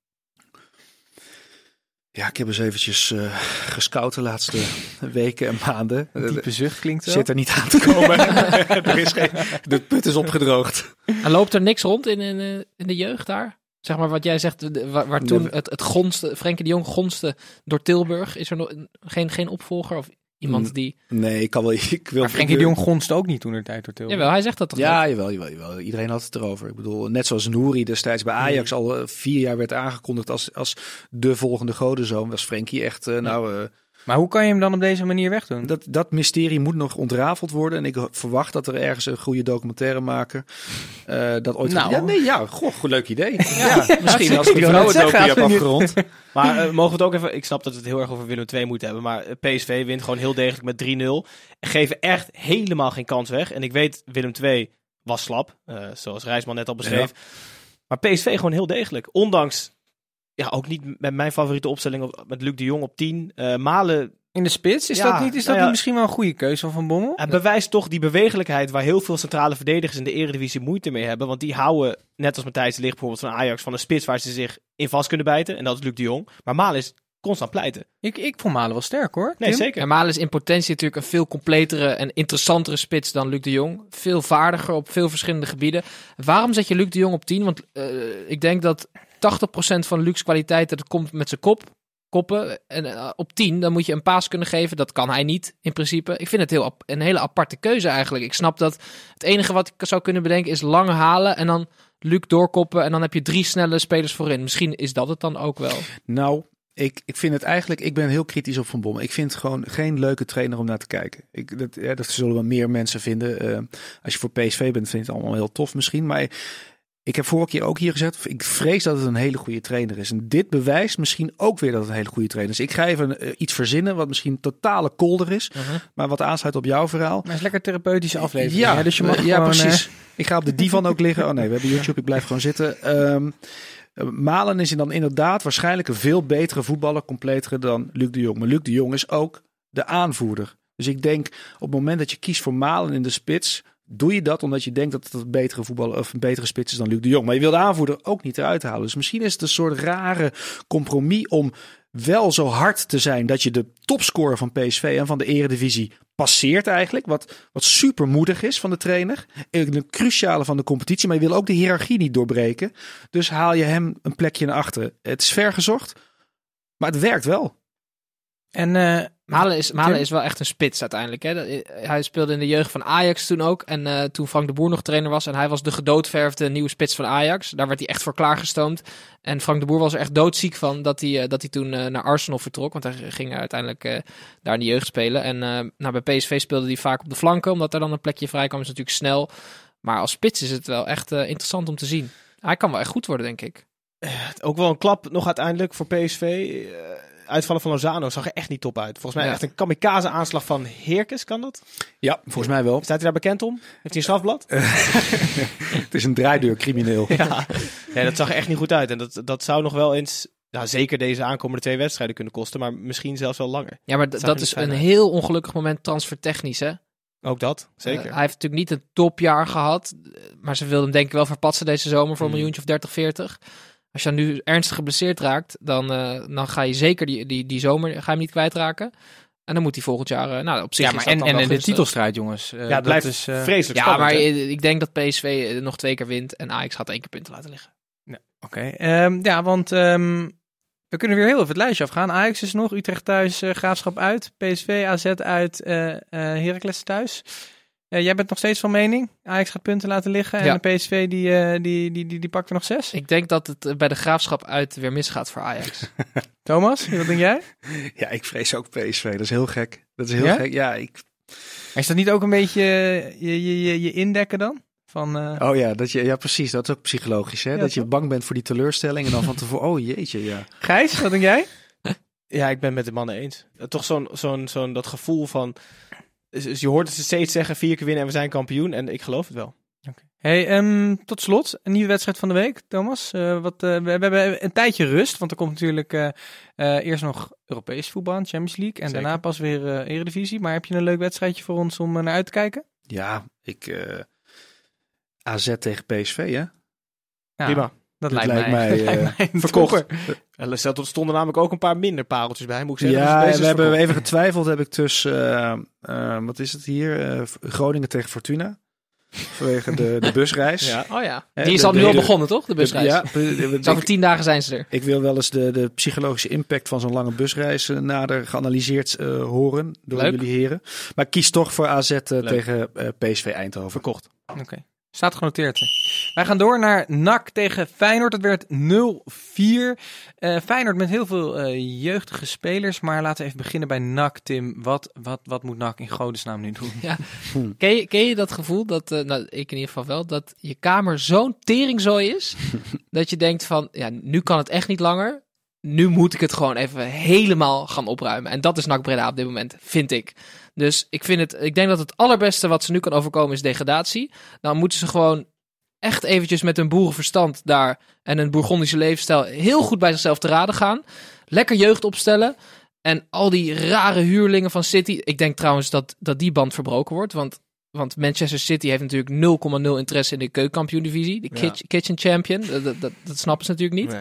Ja, ik heb eens eventjes uh, gescout de laatste weken en maanden. Een diepe zucht klinkt wel. Zit er niet aan te komen. er is geen, de put is opgedroogd. En loopt er niks rond in, in, in de jeugd daar? Zeg maar wat jij zegt, waar, waar toen het, het gonste, Frenkie de Jong gonste door Tilburg. Is er nog geen, geen opvolger of iemand die... Nee, ik kan wel... Ik wil maar Frenkie de Jong gonste ook niet toen er tijd door Tilburg. Jawel, hij zegt dat toch Ja, niet? jawel, jawel, jawel. Iedereen had het erover. Ik bedoel, net zoals Nouri destijds bij Ajax nee. al uh, vier jaar werd aangekondigd als, als de volgende godenzoon. Was Frenkie echt, uh, nou... Uh, Maar hoe kan je hem dan op deze manier wegdoen? Dat, dat mysterie moet nog ontrafeld worden. En ik verwacht dat er ergens een goede documentaire maken. Uh, dat ooit... Nou. Ja, nee, ja, goh, leuk idee. Ja, ja, misschien als ik die vrouwendocu heb afgerond. Maar uh, mogen we het ook even... Ik snap dat we het heel erg over Willem twee moeten hebben. Maar P S V wint gewoon heel degelijk met drie nul. En geven echt helemaal geen kans weg. En ik weet, Willem twee was slap. Uh, zoals Rijsman net al beschreef. Ja. Maar P S V gewoon heel degelijk. Ondanks... Ja, ook niet met mijn favoriete opstelling op, met Luc de Jong op tien. Uh, Malen... In de spits? Is ja, dat, niet, is dat nou ja, niet misschien wel een goede keuze van Van Bommel? Het bewijst toch die bewegelijkheid waar heel veel centrale verdedigers in de Eredivisie moeite mee hebben. Want die houden, net als Matthijs de Ligt bijvoorbeeld van Ajax, van een spits waar ze zich in vast kunnen bijten. En dat is Luc de Jong. Maar Malen is constant pleiten. Ik, ik vond Malen wel sterk hoor. Nee, Tim? zeker. En Malen is in potentie natuurlijk een veel completere en interessantere spits dan Luc de Jong. Veel vaardiger op veel verschillende gebieden. Waarom zet je Luc de Jong op tien? Want uh, ik denk dat tachtig procent van Luc's kwaliteit dat komt met zijn kop. Koppen. En uh, op tien, dan moet je een paas kunnen geven. Dat kan hij niet, in principe. Ik vind het heel, een hele aparte keuze eigenlijk. Ik snap dat het enige wat ik zou kunnen bedenken is lang halen en dan Luc doorkoppen. En dan heb je drie snelle spelers voorin. Misschien is dat het dan ook wel. Nou, ik, ik vind het eigenlijk... Ik ben heel kritisch op Van Bommel. Ik vind het gewoon geen leuke trainer om naar te kijken. Ik, dat, ja, dat zullen wel meer mensen vinden. Uh, als je voor P S V bent, vind je het allemaal heel tof misschien. Maar... Ik heb vorige keer ook hier gezegd, ik vrees dat het een hele goede trainer is. En dit bewijst misschien ook weer dat het een hele goede trainer is. Ik ga even uh, iets verzinnen wat misschien totale kolder is. Uh-huh. Maar wat aansluit op jouw verhaal. Maar het is lekker therapeutische aflevering. Ja, hè? Dus je mag ja gewoon, precies. Uh... Ik ga op de divan ook liggen. Oh nee, we hebben YouTube, ik blijf gewoon zitten. Um, Malen is dan inderdaad waarschijnlijk een veel betere voetballer, completere dan Luc de Jong. Maar Luc de Jong is ook de aanvoerder. Dus ik denk op het moment dat je kiest voor Malen in de spits... Doe je dat omdat je denkt dat het een betere voetballer of een betere spits is dan Luc de Jong. Maar je wil de aanvoerder ook niet eruit halen. Dus misschien is het een soort rare compromis om wel zo hard te zijn dat je de topscorer van P S V en van de Eredivisie passeert eigenlijk. Wat, wat super moedig is van de trainer. Een cruciale van de competitie, maar je wil ook de hiërarchie niet doorbreken. Dus haal je hem een plekje naar achteren. Het is ver gezocht, maar het werkt wel. En uh, Malen is, Malen is wel echt een spits uiteindelijk. Hè? Dat, hij speelde in de jeugd van Ajax toen ook. En uh, toen Frank de Boer nog trainer was. En hij was de gedoodverfde nieuwe spits van Ajax. Daar werd hij echt voor klaargestoomd. En Frank de Boer was er echt doodziek van dat hij, uh, dat hij toen uh, naar Arsenal vertrok. Want hij ging uiteindelijk uh, daar in de jeugd spelen. En uh, nou, bij P S V speelde hij vaak op de flanken. Omdat er dan een plekje vrij kwam. Is natuurlijk snel. Maar als spits is het wel echt uh, interessant om te zien. Hij kan wel echt goed worden, denk ik. Uh, ook wel een klap nog uiteindelijk voor P S V. Uh, uitvallen van Lozano zag er echt niet top uit. Volgens mij ja. echt een kamikaze aanslag van Heerkes, kan dat? Ja, volgens mij wel. Staat hij daar bekend om? Heeft hij een strafblad? Het is een draaideurcrimineel. Ja. ja, dat zag er echt niet goed uit. En dat, dat zou nog wel eens, nou, zeker deze aankomende twee wedstrijden kunnen kosten, maar misschien zelfs wel langer. Ja, maar d- dat is een uit. heel ongelukkig moment transfertechnisch, hè? Ook dat, zeker. Uh, hij heeft natuurlijk niet een topjaar gehad, maar ze wilden hem denk ik wel verpatsen deze zomer voor een Hmm. miljoentje of dertig, veertig. Als je dan nu ernstig geblesseerd raakt, dan, uh, dan ga je zeker die, die, die zomer ga je hem niet kwijtraken. En dan moet hij volgend jaar, uh, nou op zich ja, is maar dat en, dan en wel in de gunstig. titelstrijd, jongens. Uh, ja, het blijft is, uh, vreselijk Ja, spannend, maar hè? ik denk dat P S V nog twee keer wint en Ajax gaat één keer punten laten liggen. Ja, Oké, okay. um, ja, want um, we kunnen weer heel even het lijstje afgaan. Ajax is nog, Utrecht thuis, uh, Graafschap uit, P S V, A Z uit, uh, uh, Heracles thuis. Uh, jij bent nog steeds van mening? Ajax gaat punten laten liggen en Ja. de P S V die, uh, die, die, die, die pakt er nog zes? Ik denk dat het uh, bij de Graafschap uit weer misgaat voor Ajax. Thomas, wat denk jij? Ja, ik vrees ook P S V. Dat is heel gek. Dat is heel Ja? gek. Ja, ik... Is dat niet ook een beetje je, je, je, je indekken dan? Van, uh... Oh ja, dat je, ja, precies. Dat is ook psychologisch. Hè? Ja, dat je toch? bang bent voor die teleurstelling en dan van tevoren, oh jeetje, ja. Gijs, wat denk jij? Ja, ik ben het met de mannen eens. Uh, toch zo'n, zo'n, zo'n dat gevoel van, dus je hoort het ze steeds zeggen, vier keer winnen en we zijn kampioen. En ik geloof het wel. Hey, um, tot slot, een nieuwe wedstrijd van de week, Thomas. Uh, wat, uh, we, we hebben een tijdje rust, want er komt natuurlijk uh, uh, eerst nog Europees voetbal, Champions League. En Zeker. daarna pas weer uh, Eredivisie. Maar heb je een leuk wedstrijdje voor ons om uh, naar uit te kijken? Ja, ik... Uh, A Z tegen P S V, hè? Ja, Prima. Dat, Dat lijkt, lijkt mij, mij, dat lijkt uh, mij een verkocht. topper. En er stonden namelijk ook een paar minder pareltjes bij, moet ik zeggen. Ja, Dus deze en we is hebben verkocht. even getwijfeld, heb ik tussen, uh, uh, wat is het hier? Uh, Groningen tegen Fortuna. Vanwege de, de busreis. Ja. Oh ja, Hè, die is de- al nu de- al de- begonnen, toch? De busreis. Ja, de- de- Dus over ik, tien dagen zijn ze er. ik wil wel eens de, de psychologische impact van zo'n lange busreis uh, nader geanalyseerd uh, horen door Leuk. jullie heren. Maar ik kies toch voor A Z uh, Leuk. tegen uh, P S V Eindhoven. Verkocht. Oké, okay. Staat genoteerd. Wij gaan door naar N A C tegen Feyenoord. Het werd nul vier. Uh, Feyenoord met heel veel uh, jeugdige spelers. Maar laten we even beginnen bij N A C, Tim. Wat, wat, wat moet N A C in godesnaam nu doen? Ja. Ken, je, ken je dat gevoel, dat, uh, nou, ik in ieder geval wel, dat je kamer zo'n teringzooi is, dat je denkt van, ja, nu kan het echt niet langer. Nu moet ik het gewoon even helemaal gaan opruimen. En dat is N A C Breda op dit moment, vind ik. Dus ik, vind het, ik denk dat het allerbeste wat ze nu kan overkomen is degradatie. Dan moeten ze gewoon echt eventjes met hun boerenverstand daar en een Bourgondische levensstijl heel goed bij zichzelf te raden gaan. Lekker jeugd opstellen. En al die rare huurlingen van City. Ik denk trouwens dat, dat die band verbroken wordt. Want, want Manchester City heeft natuurlijk nul komma nul interesse in de keukenkampioen-divisie. De Ja. kitchen, kitchen champion. Dat, dat, dat, dat snappen ze natuurlijk niet. Nee.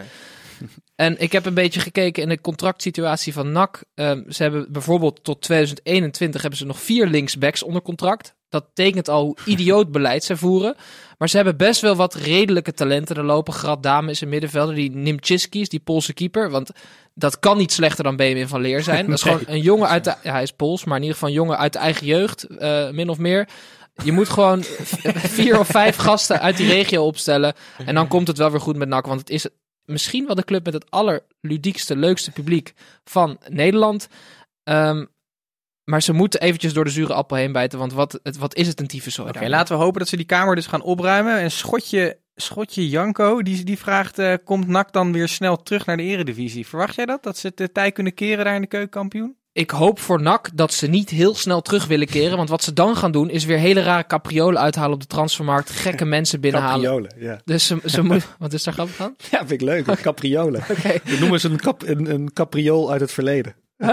En ik heb een beetje gekeken in de contractsituatie van N A C. Um, ze hebben bijvoorbeeld tot tweeduizend eenentwintig hebben ze nog vier linksbacks onder contract. Dat tekent al hoe idioot beleid ze voeren. Maar ze hebben best wel wat redelijke talenten. Er lopen Grad Dame is een middenvelder. Die Nimczycki is die Poolse keeper. Want dat kan niet slechter dan Benjamin van Leer zijn. Dat is Nee. gewoon een jongen uit de... Ja, hij is Pools, maar in ieder geval een jongen uit de eigen jeugd. Uh, min of meer. Je moet gewoon vier of vijf gasten uit die regio opstellen. En dan komt het wel weer goed met N A C. Want het is misschien wel de club met het allerludiekste, leukste publiek van Nederland. Um, maar ze moeten eventjes door de zure appel heen bijten. Want wat, het, wat is het een tyfuszooi. Oké, okay, laten we hopen dat ze die kamer dus gaan opruimen. En Schotje, Schotje Janko, die, die vraagt, uh, komt N A C dan weer snel terug naar de Eredivisie? Verwacht jij dat? Dat ze de tijd kunnen keren daar in de keukenkampioen? Ik hoop voor N A C dat ze niet heel snel terug willen keren. Want wat ze dan gaan doen, is weer hele rare capriolen uithalen op de transfermarkt. Gekke mensen binnenhalen. Capriolen, ja. Dus ze, ze moet, wat is daar grappig aan? Ja, vind ik leuk. Capriolen. Oké. We noemen ze een, kap, een, een capriool uit het verleden. Huh?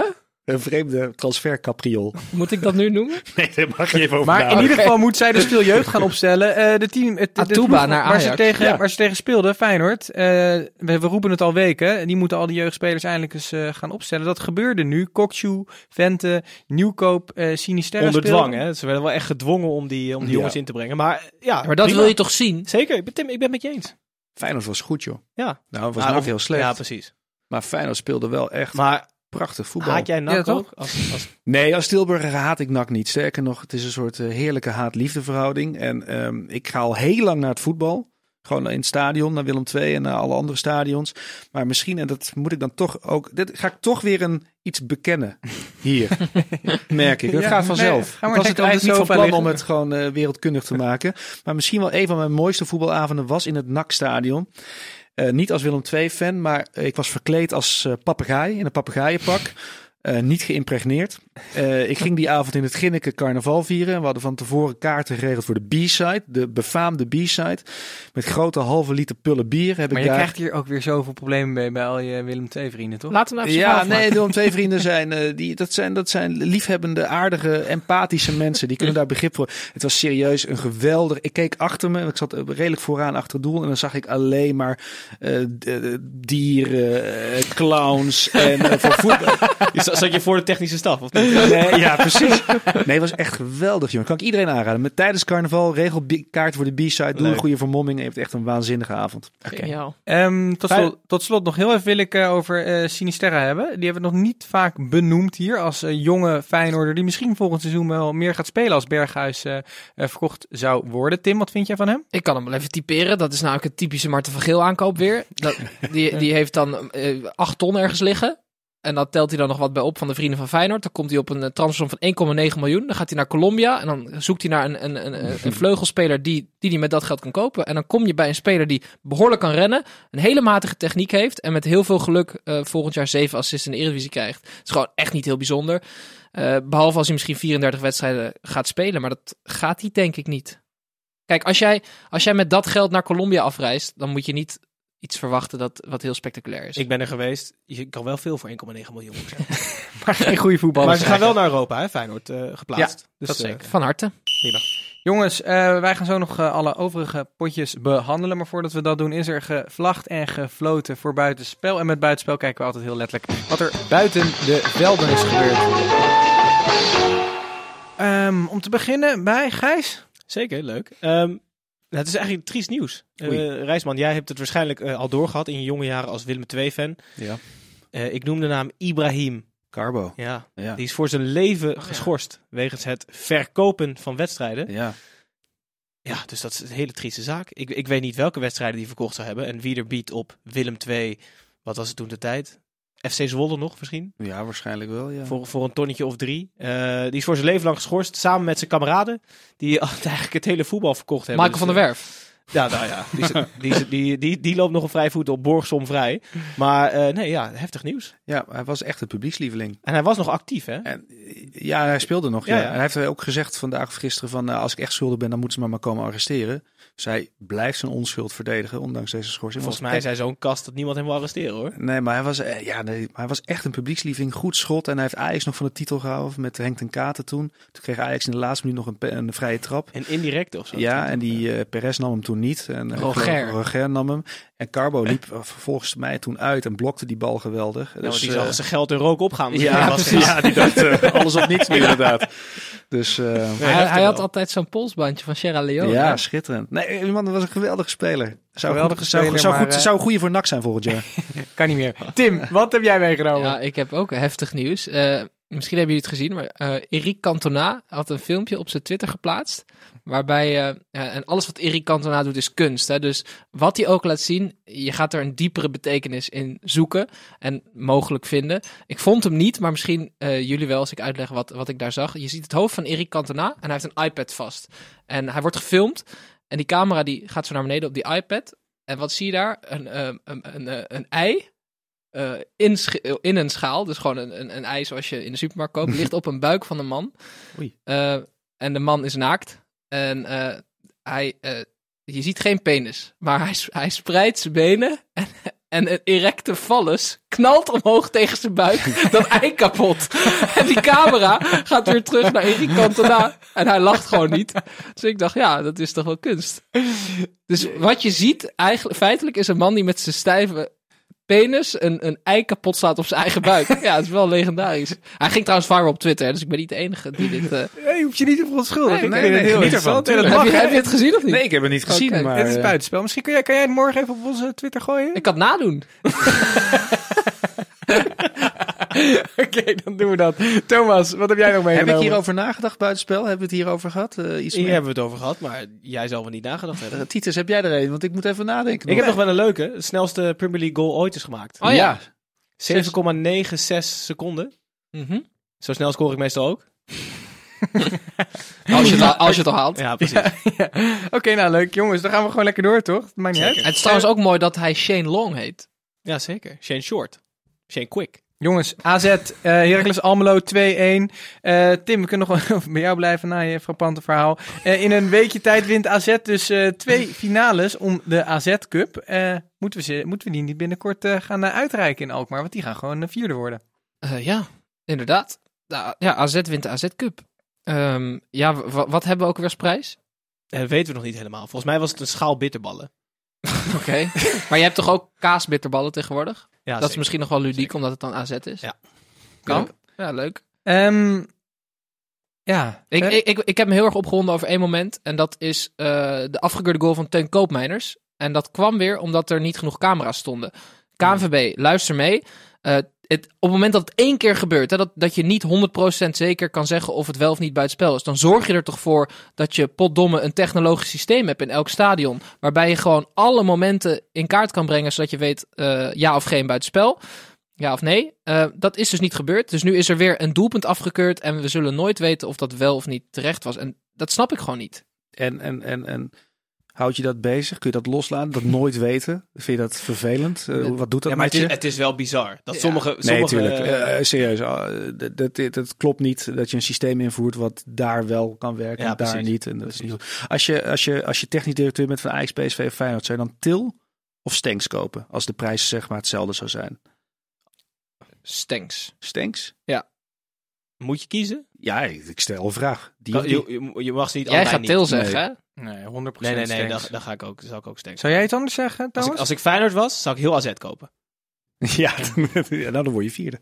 Een vreemde transfercapriol. Moet ik dat nu noemen? Nee, daar mag je even over Maar in nadenken. ieder geval moet zij dus veel jeugd gaan opstellen. Uh, de team, het, de Atuba ploeg naar waar ze, Ajax. tegen, Ja. waar ze tegen speelden, Feyenoord. Uh, we, we roepen het al weken. Die moeten al die jeugdspelers eindelijk eens uh, gaan opstellen. Dat gebeurde nu. Kokchu, Vente, Nieuwkoop, uh, Sinisterra Onder speelden. dwang, hè. Ze werden wel echt gedwongen om die, om die Ja. jongens in te brengen. Maar ja, Maar dat prima. wil je toch zien? Zeker, ik ben, Tim, ik ben het met je eens. Feyenoord was goed, joh. Ja. Nou, het was Maar nog of- heel slecht. Ja, precies. Maar Feyenoord speelde wel echt Maar prachtig voetbal. haat jij N A C Ja, toch? ook? Als, als... Nee, als Tilburger haat ik N A C niet. Sterker nog, het is een soort uh, heerlijke haat-liefde verhouding. En um, ik ga al heel lang naar het voetbal. Gewoon in het stadion, naar Willem twee en naar alle andere stadions. Maar misschien, en dat moet ik dan toch ook... Dit ga ik toch weer een iets bekennen hier. Merk ik. Het Ja, gaat vanzelf. nee, ga maar ik was het lekker op de eigenlijk niet van sofa plan liggen. om het gewoon uh, wereldkundig te maken. Maar misschien wel een van mijn mooiste voetbalavonden was in het N A C-stadion. Uh, niet als Willem twee-fan, maar ik was verkleed als uh, papegaai in een papegaaienpak. Uh, niet geïmpregneerd. Uh, ik ging die avond in het Ginneke carnaval vieren. We hadden van tevoren kaarten geregeld voor de B-side. De befaamde B-side. Met grote halve liter pullen bier. Heb Maar ik je daar... krijgt hier ook weer zoveel problemen mee bij al je Willem twee vrienden, toch? Laten we nou even Ja, verhaal nee, Willem twee vrienden zijn, uh, die, dat zijn, dat zijn liefhebbende, aardige, empathische mensen. Die kunnen daar begrip voor. Het was serieus een geweldig... Ik keek achter me, ik zat redelijk vooraan achter het doel. En dan zag ik alleen maar uh, dieren, uh, clowns en uh, voor voetbal... Zat je voor de technische staf? Of niet? Nee, ja, precies. Nee, het was echt geweldig, jongen. Kan ik iedereen aanraden. Met tijdens carnaval, regel bi- kaart voor de B-side. Doe Leuk. een goede vermomming. Je hebt echt een waanzinnige avond. Geniaal. Um, tot, Fijn. slot, tot slot nog heel even wil ik uh, over uh, Sinisterra hebben. Die hebben we nog niet vaak benoemd hier als uh, jonge Feyenoorder die misschien volgend seizoen wel meer gaat spelen als Berghuis uh, uh, verkocht zou worden. Tim, wat vind jij van hem? Ik kan hem wel even typeren. Dat is namelijk het typische Marten van Geel aankoop weer. Dat, die, die heeft dan uh, acht ton ergens liggen. En dat telt hij dan nog wat bij op van de vrienden van Feyenoord. Dan komt hij op een uh, transfersom van één komma negen miljoen. Dan gaat hij naar Colombia. En dan zoekt hij naar een, een, een, een vleugelspeler die, die hij met dat geld kan kopen. En dan kom je bij een speler die behoorlijk kan rennen. Een hele matige techniek heeft. En met heel veel geluk uh, volgend jaar zeven assists in de Eredivisie krijgt. Het is gewoon echt niet heel bijzonder. Uh, behalve als hij misschien vierendertig wedstrijden gaat spelen. Maar dat gaat hij denk ik niet. Kijk, als jij, als jij met dat geld naar Colombia afreist, dan moet je niet iets verwachten dat wat heel spectaculair is. Ik ben er geweest. Je kan wel veel voor één komma negen miljoen. Maar geen goede voetballer. Maar ze gaan wel naar Europa, hè, Feyenoord, uh, geplaatst. Ja, dus, dat uh, zeker. Van harte. Prima. Jongens, uh, wij gaan zo nog uh, alle overige potjes behandelen. Maar voordat we dat doen, is er gevlacht en gefloten voor buitenspel. En met buitenspel kijken we altijd heel letterlijk wat er buiten de velden is gebeurd. Um, om te beginnen bij Gijs. Zeker, leuk. Um, het is eigenlijk triest nieuws. Uh, Rijsman, jij hebt het waarschijnlijk uh, al doorgehad in je jonge jaren als Willem twee-fan. Ja. Uh, ik noem de naam Ibrahim. Carbo. Ja, Ja. die is voor zijn leven geschorst wegens het verkopen van wedstrijden. Ja. Ja, dus dat is een hele trieste zaak. Ik, ik weet niet welke wedstrijden die verkocht zou hebben en wie er biedt op Willem twee. Wat was het toen de tijd? F C Zwolle nog misschien? Ja, waarschijnlijk wel, ja. Voor, voor een tonnetje of drie. Uh, die is voor zijn leven lang geschorst, samen met zijn kameraden. Die eigenlijk het hele voetbal verkocht hebben. Michael Dus, van der Werf. Ja, nou ja. Die, die, die, die, die loopt nog een vrij voet op borgsom vrij. Maar uh, nee, ja, heftig nieuws. Ja, hij was echt een publiekslieveling. En hij was nog actief, hè? En, ja, hij speelde nog. Ja. Ja, ja. En hij heeft ook gezegd vandaag of gisteren van... Uh, als ik echt schuldig ben, dan moeten ze me maar komen arresteren. Dus hij blijft zijn onschuld verdedigen, ondanks deze schorsing. Volgens mij is hij zo'n kast dat niemand hem wil arresteren, hoor. Nee, maar hij was, uh, ja, nee, maar hij was echt een publiekslieveling. Goed schot. En hij heeft Ajax nog van de titel gehouden met Henk ten Katen toen. Toen kreeg Ajax in de laatste minuut nog een, een vrije trap. En indirect of zo. Ja, en die uh, Perez nam hem toen niet. En, uh, Roger. Roger nam hem. En Carbo liep uh, volgens mij toen uit en blokte die bal geweldig. Nou, dus, die uh, zag zijn geld in rook opgaan. Ja, was ja, die dacht uh, alles of niets nu inderdaad. Dus, uh, hij hij had altijd zo'n polsbandje van Sierra Leone. ja, hè? schitterend. Nee, man, dat was een geweldige speler. Zou Geweldige goed, zou, speler, zou, maar, goed, uh, zou een goede voor N A C zijn volgend jaar. Kan niet meer. Tim, wat heb jij meegenomen? Ja, ik heb ook heftig nieuws. Uh, misschien hebben jullie het gezien, maar uh, Eric Cantona had een filmpje op zijn Twitter geplaatst. Waarbij, uh, ja, en alles wat Eric Cantona doet is kunst. Hè? Dus wat hij ook laat zien, je gaat er een diepere betekenis in zoeken en mogelijk vinden. Ik vond hem niet, maar misschien uh, jullie wel als ik uitleg wat, wat ik daar zag. Je ziet het hoofd van Eric Cantona en hij heeft een iPad vast. En hij wordt gefilmd en die camera die gaat zo naar beneden op die iPad. En wat zie je daar? Een, uh, een, een, een, een ei. Uh, in, sch- in een schaal, dus gewoon een, een, een ei zoals je in de supermarkt koopt, ligt op een buik van een man. Oei. Uh, en de man is naakt. En uh, hij, uh, je ziet geen penis, maar hij, hij spreidt zijn benen en, En een erecte phallus knalt omhoog tegen zijn buik. Dat ei kapot. En die camera gaat weer terug naar Eric Cantona. En hij lacht gewoon niet. Dus ik dacht, ja, dat is toch wel kunst. Dus wat je ziet, eigenlijk, feitelijk is een man die met zijn stijve penis een, een ei kapot slaat op zijn eigen buik. Ja, dat is wel legendarisch. Hij ging trouwens viral op Twitter, dus ik ben niet de enige die dit... Uh... Nee, je hoeft je niet te verontschuldigen. Nee, Ik vind nee, het heel geniet interessant. ervan, En dat Heb, mag, je, hè? heb je het gezien of niet? Nee, ik heb het niet gezien, Oké, maar... Het is eh, buitenspel. Misschien kun jij, kan jij het morgen even op onze Twitter gooien? Ik kan het nadoen. Oké, dan doen we dat. Thomas, wat heb jij nog Heb meegenomen? ik hierover nagedacht buitenspel? Hebben we het hierover gehad? Uh, iets Hier meer? hebben we het over gehad, maar jij zal wel niet nagedacht hebben. Uh, Titus, heb jij er een? Want ik moet even nadenken. Ik heb nog wel een leuke. De snelste Premier League goal ooit is gemaakt. Oh ja. zeven komma negenenzestig seconden. Mhm. Zo snel scoor ik meestal ook. Als je het al, als je het al haalt. Ja, precies. Ja. Oké, nou leuk. Jongens, dan gaan we gewoon lekker door, toch? Dat maakt niet uit. En het is trouwens ook mooi dat hij Shane Long heet. Ja, zeker. Shane Short. Shane Quick. Jongens, A Z, uh, Heracles Almelo twee-een. Uh, Tim, we kunnen nog wel bij jou blijven na je frappante verhaal. Uh, in een weekje tijd wint A Z dus uh, twee finales om de A Z Cup. Uh, moeten, we ze, moeten we die niet binnenkort uh, gaan uh, uitreiken in Alkmaar? Want die gaan gewoon uh, vierde worden. Uh, ja, inderdaad. Nou, ja, A Z wint de A Z Cup. Um, ja, w- wat hebben we ook weer als prijs? Dat uh, weten we nog niet helemaal. Volgens mij was het een schaal bitterballen. Oké. Okay. Maar je hebt toch ook kaasbitterballen tegenwoordig? Ja, dat zeker. is misschien nog wel ludiek, Zeker. omdat het dan A Z is. Ja. Kan. Ja, leuk. Um, ja. Ik, uh, ik, ik, ik heb me heel erg opgewonden over één moment. En dat is uh, de afgekeurde goal van Teun Koopmeiners. En dat kwam weer omdat er niet genoeg camera's stonden. K N V B, luister mee. Uh, het, op het moment dat het één keer gebeurt, hè, dat, dat je niet honderd procent zeker kan zeggen of het wel of niet buitenspel is, dan zorg je er toch voor dat je potdomme een technologisch systeem hebt in elk stadion, waarbij je gewoon alle momenten in kaart kan brengen, zodat je weet uh, ja of geen buitenspel. Ja of nee. Uh, dat is dus niet gebeurd. Dus nu is er weer een doelpunt afgekeurd en we zullen nooit weten of dat wel of niet terecht was. En dat snap ik gewoon niet. En, en, en, en houd je dat bezig? Kun je dat loslaten? Dat nooit weten? Vind je dat vervelend? Uh, wat doet dat Ja, maar met het is, je? het is wel bizar. Dat Ja. sommige... Nee, sommige natuurlijk. uh, Uh, serieus. Uh, dat, dat, dat klopt niet dat je een systeem invoert wat daar wel kan werken Ja, en daar precies. niet. En dat is niet goed. Als je, als, je, als je technisch directeur bent van Ajax, P S V of Feyenoord, zou je dan Til of Stenks kopen? Als de prijs zeg maar hetzelfde zou zijn. Stenks. Stenks? moet je kiezen? Ja, ik ik stel een vraag. Die Kan- of die? je, je, je mag ze niet Jij allebei gaat niet. Til zeggen, hè? nee, honderd Nee, procent nee, nee. Dan, Stenks. dan ga ik ook, zal ik ook stenken. Zou jij iets anders zeggen, Als Thomas? ik, als ik Feyenoord was, zou ik heel A Z kopen. Ja, ja, nou dan word je vierde.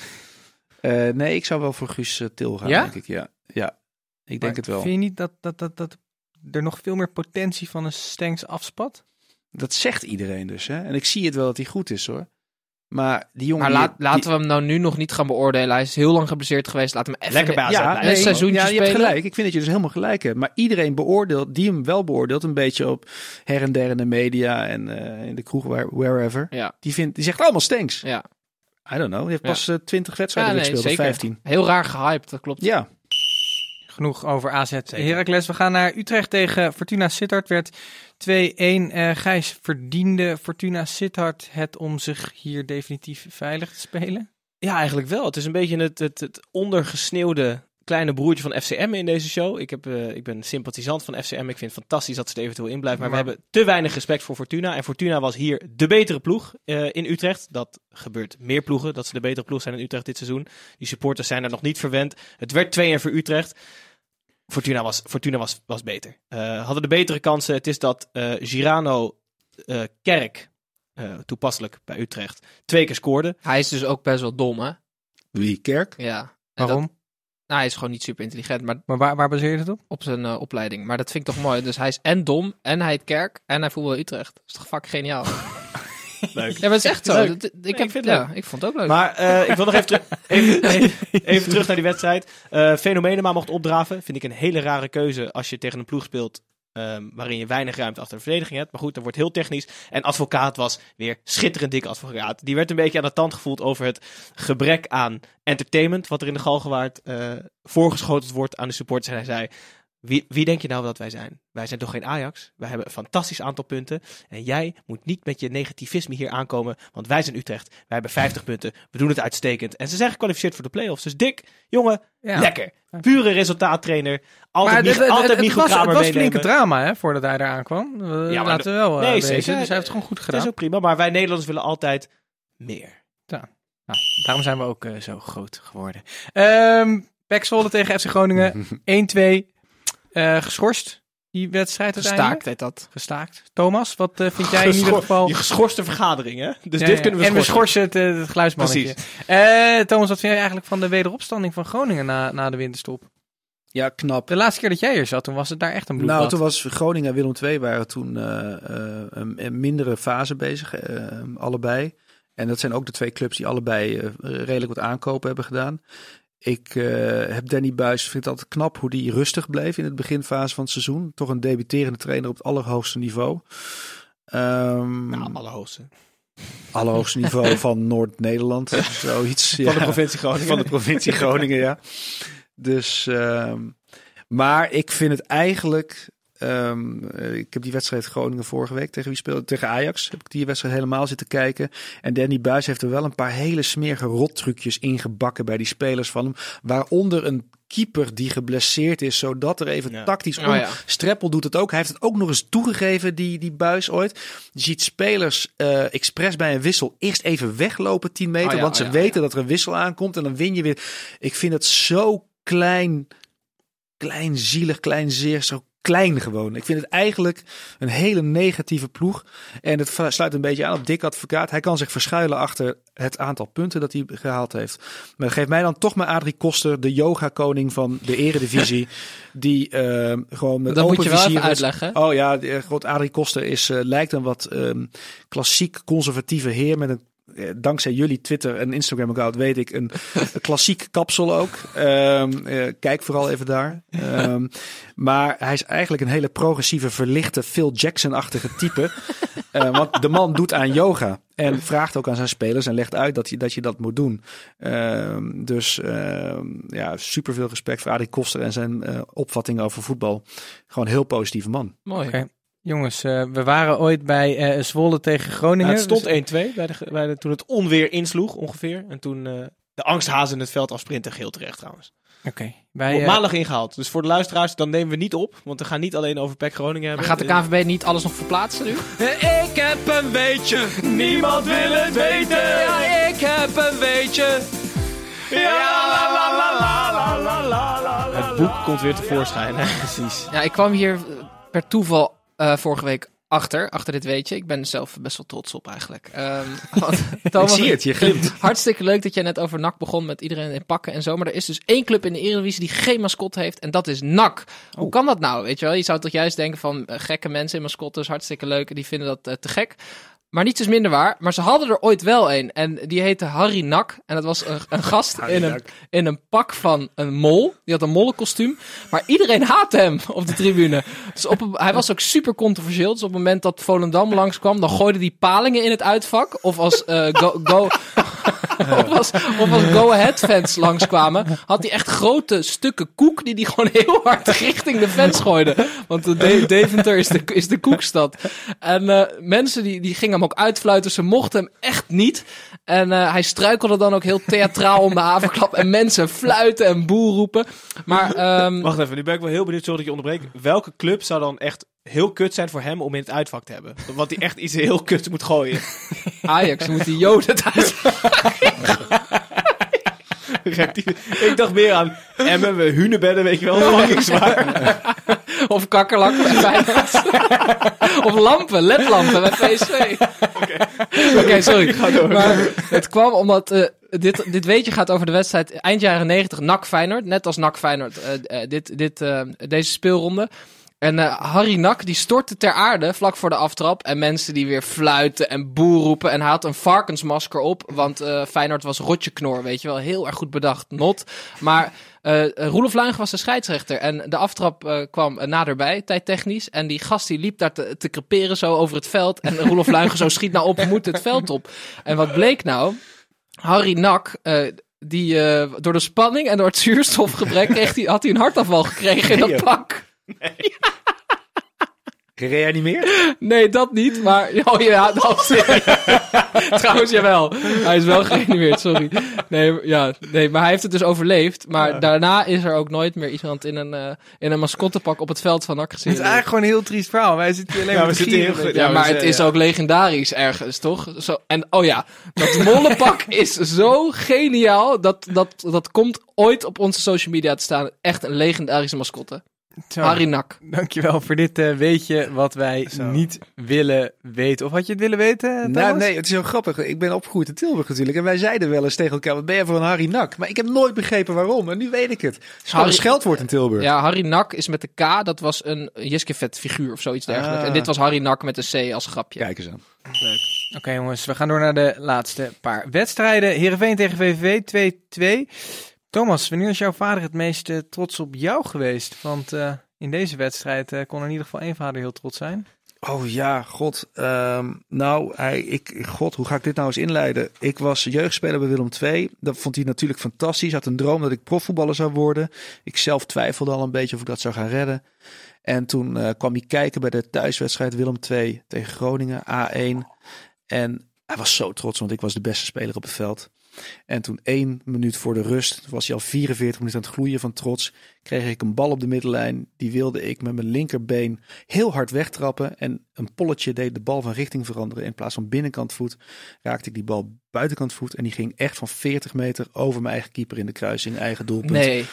Uh, nee, ik zou wel voor Guus uh, Til gaan, Ja? denk ik. Ja, ja. Ik denk Maar het wel. Vind je niet dat, dat, dat, dat er nog veel meer potentie van een Stenks afspat? Dat zegt iedereen dus. Hè? En ik zie het wel dat hij goed is, hoor. Maar die jongen... Maar die- laat, die- laten we hem nou nu nog niet gaan beoordelen. Hij is heel lang geblesseerd geweest. Laat hem even... Lekker bij A Z Ja, blijven. een seizoentje ja, je hebt spelen. gelijk. Ik vind dat je dus helemaal gelijk hebt. Maar iedereen beoordeelt, die hem wel beoordeelt, een beetje op her en der in de media en uh, in de kroeg, where, wherever. Ja, Die, vindt, die zegt allemaal Stenks. ja. I don't know. Die heeft Ja. pas uh, twintig wedstrijden Ja, nee, gespeeld, of zeker. vijftien. Heel raar gehyped, dat klopt. Ja, Genoeg over A Z Heracles. We gaan naar Utrecht tegen Fortuna Sittard. Werd twee-een. Uh, Gijs, verdiende Fortuna Sittard het om zich hier definitief veilig te spelen? Ja, eigenlijk wel. Het is een beetje het, het, het ondergesneeuwde kleine broertje van F C M in deze show. Ik, heb, uh, ik ben sympathisant van F C M. Ik vind het fantastisch dat ze er eventueel in blijven. Maar, Maar- we hebben te weinig respect voor Fortuna. En Fortuna was hier de betere ploeg uh, in Utrecht. Dat gebeurt meer ploegen, dat ze de betere ploeg zijn in Utrecht dit seizoen. Die supporters zijn er nog niet verwend. Het werd twee-een voor Utrecht. Fortuna was, Fortuna was, was beter. Uh, hadden de betere kansen. Het is dat uh, Girano uh, Kerk, uh, toepasselijk bij Utrecht, twee keer scoorde. Hij is dus ook best wel dom, hè? wie? Kerk? Ja. En Waarom? dat- nou, hij is gewoon niet super intelligent, maar Maar waar, waar baseer je het op? op zijn uh, opleiding. Maar dat vind ik toch mooi. Dus hij is en dom, en hij heet Kerk, en hij voetbal Utrecht. Dat is toch fucking geniaal? Leuk. Ja, maar het is echt zo. Leuk. Dat- ik, Nee, heb, ik vind het ja, leuk. ik vond het ook leuk. Maar uh, ik wil nog even, teru- even, even, even terug naar die wedstrijd. Uh, Fenomenema mocht opdraven. Vind ik een hele rare keuze als je tegen een ploeg speelt um, waarin je weinig ruimte achter de verdediging hebt. Maar goed, dat wordt heel technisch. En Advocaat was weer schitterend dik Advocaat. Die werd een beetje aan de tand gevoeld over het gebrek aan entertainment wat er in de Galgenwaard uh, voorgeschoten wordt aan de supporters. En hij zei, Wie, wie denk je nou dat wij zijn? Wij zijn toch geen Ajax? Wij hebben een fantastisch aantal punten. En jij moet niet met je negativisme hier aankomen. Want wij zijn Utrecht. Wij hebben vijftig punten. We doen het uitstekend. En ze zijn gekwalificeerd voor de play-offs. Dus Dick, jongen, Ja. lekker. Pure resultaattrainer. Altijd Maar niet, het, het, altijd het, niet het goed was, het Kramer was flink meenemen. drama hè, voordat hij eraan kwam. Uh, Ja, maar laten we wel uh, nee, wezen. zeker. Dus hij heeft het gewoon goed Het gedaan. is ook prima. Maar wij Nederlanders willen altijd meer. Nou, daarom zijn we ook uh, zo groot geworden. Um, P E C Zwolle tegen F C Groningen. één twee. Uh, geschorst. Die wedstrijd uiteindelijk. Gestaakt heet dat. Gestaakt. Thomas, wat uh, vind jij in ieder geval? Je geschorste vergadering, hè? Dus Ja, dit ja. kunnen we En we schorsen. schorsen het, uh, het geluidsmannetje. Uh, Thomas, wat vind jij eigenlijk van de wederopstanding van Groningen na, na de winterstop? Ja, knap. De laatste keer dat jij hier zat, toen was het daar echt een bloedbad. Nou, toen was Groningen en Willem twee waren toen uh, uh, een, een mindere fase bezig, uh, allebei. En dat zijn ook de twee clubs die allebei uh, redelijk wat aankopen hebben gedaan. Ik uh, heb Danny Buijs, vind het altijd knap hoe die rustig bleef in het beginfase van het seizoen. Toch een debuterende trainer op het allerhoogste niveau. Um, Nou, allerhoogste. allerhoogste niveau van Noord-Nederland. Zoiets. Van ja. de provincie Groningen. Van de provincie Groningen, ja. Dus, um, maar ik vind het eigenlijk... Um, uh, ik heb die wedstrijd Groningen vorige week tegen wie speelde? Tegen Ajax heb ik die wedstrijd helemaal zitten kijken. En Danny Buijs heeft er wel een paar hele smerige rottrucjes ingebakken bij die spelers van hem. Waaronder een keeper die geblesseerd is, zodat er even Ja. tactisch om... Oh ja. Streppel doet het ook. Hij heeft het ook nog eens toegegeven, die, die Buijs ooit. Je ziet spelers uh, expres bij een wissel eerst even weglopen tien meter. Oh ja, want ze oh ja, weten ja. dat er een wissel aankomt en dan win je weer. Ik vind het zo klein, klein zielig, klein zeer, zo klein gewoon. Ik vind het eigenlijk een hele negatieve ploeg. En het sluit een beetje aan op Dick Advocaat. Hij kan zich verschuilen achter het aantal punten dat hij gehaald heeft. Maar geef mij dan toch maar Adrie Koster, de yoga-koning van de eredivisie. die uh, gewoon met Dat open moet je wel vizier... even uitleggen. Oh ja, de, God, Adrie Koster is, uh, lijkt een wat um, klassiek conservatieve heer met een dankzij jullie Twitter en Instagram account weet ik een, een klassiek kapsel ook. Um, uh, kijk vooral even daar. Um, maar hij is eigenlijk een hele progressieve, verlichte Phil Jackson-achtige type. uh, want de man doet aan yoga en vraagt ook aan zijn spelers en legt uit dat je dat, je dat moet doen. Um, dus um, ja, super veel respect voor Adrie Koster en zijn uh, opvattingen over voetbal. Gewoon een heel positieve man. Mooi. Okay. Jongens, uh, we waren ooit bij uh, Zwolle tegen Groningen. Nou, het stond dus... één twee bij de, bij de, toen het onweer insloeg ongeveer. En toen uh, de angsthazen het veld afsprinten, geheel terecht trouwens. Oké. Okay. Wij Wordt uh... maandag ingehaald. Dus voor de luisteraars, dan nemen we niet op. Want we gaan niet alleen over P E C Groningen hebben. Maar gaat de K N V B niet alles nog verplaatsen nu? Ik heb een weetje, niemand wil het weten. Ja, ik heb een weetje. Ja, la la la la la la la la. Het boek komt weer tevoorschijn. Precies. Ja, ik kwam hier per toeval uh, vorige week achter, achter dit weetje. Ik ben er zelf best wel trots op eigenlijk. Um, want, Thomas, ik zie het, je glimt. Hartstikke leuk dat jij net over N A C begon met iedereen in pakken en zo. Maar er is dus één club in de Eredivisie die geen mascotte heeft en dat is N A C. Oh. Hoe kan dat nou? Weet je wel, je zou toch juist denken van uh, gekke mensen in mascottes, hartstikke leuk en die vinden dat uh, te gek. Maar niets is minder waar. Maar ze hadden er ooit wel een. En die heette Harry Nak. En dat was een, een gast in een, in een pak van een mol. Die had een mollenkostuum. Maar iedereen haatte hem op de tribune. Dus op een, hij was ook super controversieel. Dus op het moment dat Volendam langskwam, dan gooide hij palingen in het uitvak. Of als uh, go... go of als, of als Go Ahead fans langskwamen, had hij echt grote stukken koek die hij gewoon heel hard richting de fans gooide. Want de De- Deventer is de, is de koekstad. En uh, mensen die, die gingen hem ook uitfluiten, ze mochten hem echt niet. En uh, hij struikelde dan ook heel theatraal om de haverklap. En mensen fluiten en boe roepen. Maar, um, Wacht even, nu ben ik wel heel benieuwd, sorry dat ik je onderbreek. Welke club zou dan echt heel kut zijn voor hem om in het uitvak te hebben? Want hij echt iets heel kut moet gooien. Ajax, dan moet die Joden het uit. Ik dacht meer aan Emmen, we hunebedden, weet je wel, fucking zwaar. Of kakkerlakken bij Feyenoord. Of lampen, ledlampen bij P S V. Oké, okay. okay, sorry. Maar het kwam omdat uh, dit, dit weetje gaat over de wedstrijd eind jaren negentig N A C Feyenoord. Net als N A C Feyenoord uh, uh, dit, dit, uh, deze speelronde. En uh, Harry Nak die stortte ter aarde vlak voor de aftrap. En mensen die weer fluiten en boe roepen. En hij had een varkensmasker op. Want uh, Feyenoord was rotjeknor, weet je wel. Heel erg goed bedacht, not. Maar uh, Roelof Luijgen was de scheidsrechter. En de aftrap uh, kwam uh, naderbij, tijdtechnisch. En die gast die liep daar te, te creperen zo over het veld. En Roelof Luijgen zo schiet nou op, we moeten het veld op. En wat bleek nou? Harry Nak... Uh, Die uh, door de spanning en door het zuurstofgebrek kreeg die, had hij een hartafval gekregen in dat pak. Gereanimeerd? Nee, dat niet. Maar oh ja, dat. Trouwens, jawel. Hij is wel gereanimeerd, sorry. Nee, ja, nee, maar hij heeft het dus overleefd. Maar ja. daarna is er ook nooit meer iemand in een, uh, in een mascottepak op het veld van N A C gezien. Het is eigenlijk gewoon een heel triest verhaal. Wij zitten hier alleen ja, maar te heel goed. Ja, ja, maar het is ja. ook legendarisch ergens, toch? Zo, en oh ja, dat mollenpak is zo geniaal. Dat, dat, dat komt ooit op onze social media te staan. Echt een legendarische mascotte. Zo, Harry Nak. Dankjewel voor dit uh, weetje wat wij Zo. niet willen weten. Of had je het willen weten, Thomas? Nou, nee, het is heel grappig. Ik ben opgegroeid in Tilburg natuurlijk. En wij zeiden wel eens tegen elkaar, wat ben je voor een Harry Nak? Maar ik heb nooit begrepen waarom. En nu weet ik het. Het is gewoon een scheldwoord in Tilburg. Ja, Harry Nak is met de K. Dat was een Jiskefet figuur of zoiets dergelijks. Ah. En dit was Harry Nak met een C als grapje. Kijk eens aan. Leuk. Oké okay, jongens, we gaan door naar de laatste paar wedstrijden. Heerenveen tegen V V V twee twee. Thomas, wanneer is jouw vader het meest uh, trots op jou geweest? Want uh, in deze wedstrijd uh, kon er in ieder geval één vader heel trots zijn. Oh ja, god. Um, nou, hij, ik, god, hoe ga ik dit nou eens inleiden? Ik was jeugdspeler bij Willem twee. Dat vond hij natuurlijk fantastisch. Had een droom dat ik profvoetballer zou worden. Ik zelf twijfelde al een beetje of ik dat zou gaan redden. En toen uh, kwam hij kijken bij de thuiswedstrijd Willem twee tegen Groningen, A één. En hij was zo trots, want ik was de beste speler op het veld. En toen één minuut voor de rust, was hij al vierenveertig minuten aan het gloeien van trots, kreeg ik een bal op de middenlijn. Die wilde ik met mijn linkerbeen heel hard wegtrappen. En een polletje deed de bal van richting veranderen. In plaats van binnenkant voet raakte ik die bal buitenkant voet. En die ging echt van veertig meter over mijn eigen keeper in de kruising, eigen doelpunt. Nee.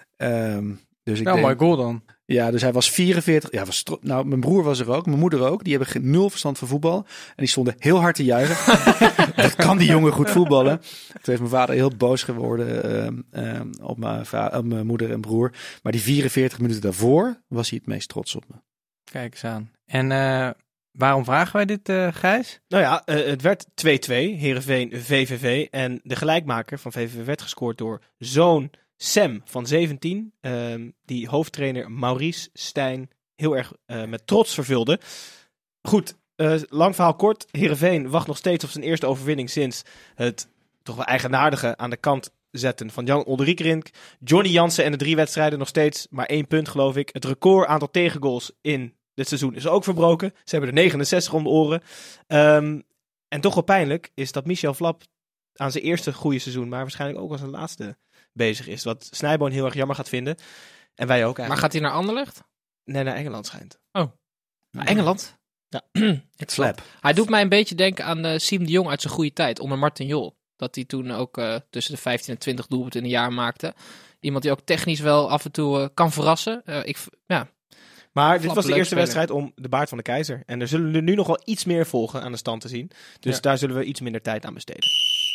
Um, dus ik nou, denk, mooi goal dan. Ja, dus hij was vierenveertig. Ja, was tro- nou, mijn broer was er ook, mijn moeder ook. Die hebben geen nul verstand van voetbal. En die stonden heel hard te juichen. Dat kan die jongen goed voetballen. Toen heeft mijn vader heel boos geworden uh, uh, op, mijn va- op mijn moeder en broer. Maar die vierenveertig minuten daarvoor was hij het meest trots op me. Kijk eens aan. En uh, waarom vragen wij dit, uh, Gijs? Nou ja, uh, het werd twee twee. Heerenveen V V V. En de gelijkmaker van V V V werd gescoord door zoon Sam van zeventien, um, die hoofdtrainer Maurice Stijn heel erg uh, met trots vervulde. Goed, uh, lang verhaal kort. Heerenveen wacht nog steeds op zijn eerste overwinning sinds het toch wel eigenaardige aan de kant zetten van Jan Olderiekerink. Johnny Jansen en de drie wedstrijden nog steeds maar één punt, geloof ik. Het record aantal tegengoals in dit seizoen is ook verbroken. Ze hebben er negenenzestig om de oren. Um, en toch wel pijnlijk is dat Michel Flap aan zijn eerste goede seizoen, maar waarschijnlijk ook als zijn laatste bezig is. Wat Snijboon heel erg jammer gaat vinden. En wij ook eigenlijk. Maar gaat hij naar Anderlecht? Nee, naar Engeland schijnt. Oh. Naar Engeland? Ja. Het slap. Hij doet mij een beetje denken aan uh, Siem de Jong uit zijn goede tijd. Onder Martin Jol. Dat hij toen ook uh, tussen de vijftien en twintig doelpunten in een jaar maakte. Iemand die ook technisch wel af en toe uh, kan verrassen. Uh, ik, ja. Maar dit was de eerste wedstrijd om de baard van de keizer. En er zullen er nu nog wel iets meer volgen aan de stand te zien. Dus ja. daar zullen we iets minder tijd aan besteden.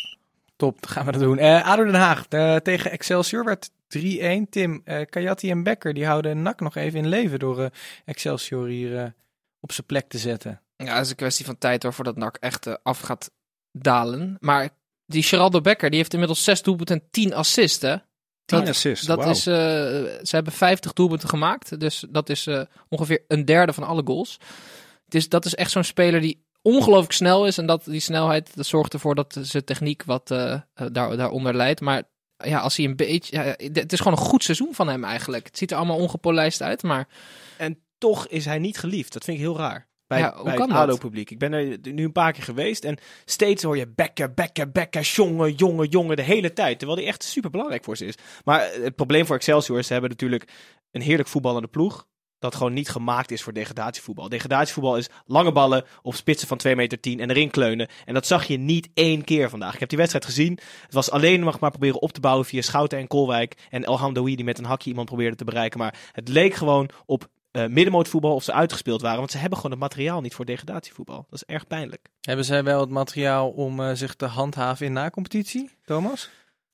Top, dan gaan we dat doen. Uh, A D O Den Haag uh, tegen Excelsior werd drie-één. Tim, uh, Kayati en Becker die houden N A C nog even in leven door uh, Excelsior hier uh, op zijn plek te zetten. Ja, het is een kwestie van tijd hoor, voordat N A C echt uh, af gaat dalen. Maar die Geraldo Becker, die heeft inmiddels zes doelpunten en tien assists, hè? tien dat, assists, dat wow. is, uh, Ze hebben vijftig doelpunten gemaakt, dus dat is uh, ongeveer een derde van alle goals. Dus dat is echt zo'n speler die ongelooflijk snel is. En dat die snelheid dat zorgt ervoor dat zijn techniek wat uh, daar, daaronder leidt. Maar ja, als hij een beetje... Ja, het is gewoon een goed seizoen van hem eigenlijk. Het ziet er allemaal ongepolijst uit, maar... En toch is hij niet geliefd. Dat vind ik heel raar. Bij, ja, bij het A D O-publiek. Ik ben er nu een paar keer geweest. En steeds hoor je Becker, Becker, Becker, jongen, jongen, jongen. De hele tijd. Terwijl die echt super belangrijk voor ze is. Maar het probleem voor Excelsior is... Ze hebben natuurlijk een heerlijk voetballende ploeg. Dat gewoon niet gemaakt is voor degradatievoetbal. Degradatievoetbal is lange ballen op spitsen van twee meter tien en erin kleunen. En dat zag je niet één keer vandaag. Ik heb die wedstrijd gezien. Het was alleen nog maar proberen op te bouwen via Schouten en Kolwijk. En Elham Daoui die met een hakje iemand probeerde te bereiken. Maar het leek gewoon op uh, middenmootvoetbal of ze uitgespeeld waren. Want ze hebben gewoon het materiaal niet voor degradatievoetbal. Dat is erg pijnlijk. Hebben zij wel het materiaal om uh, zich te handhaven in na-competitie, Thomas?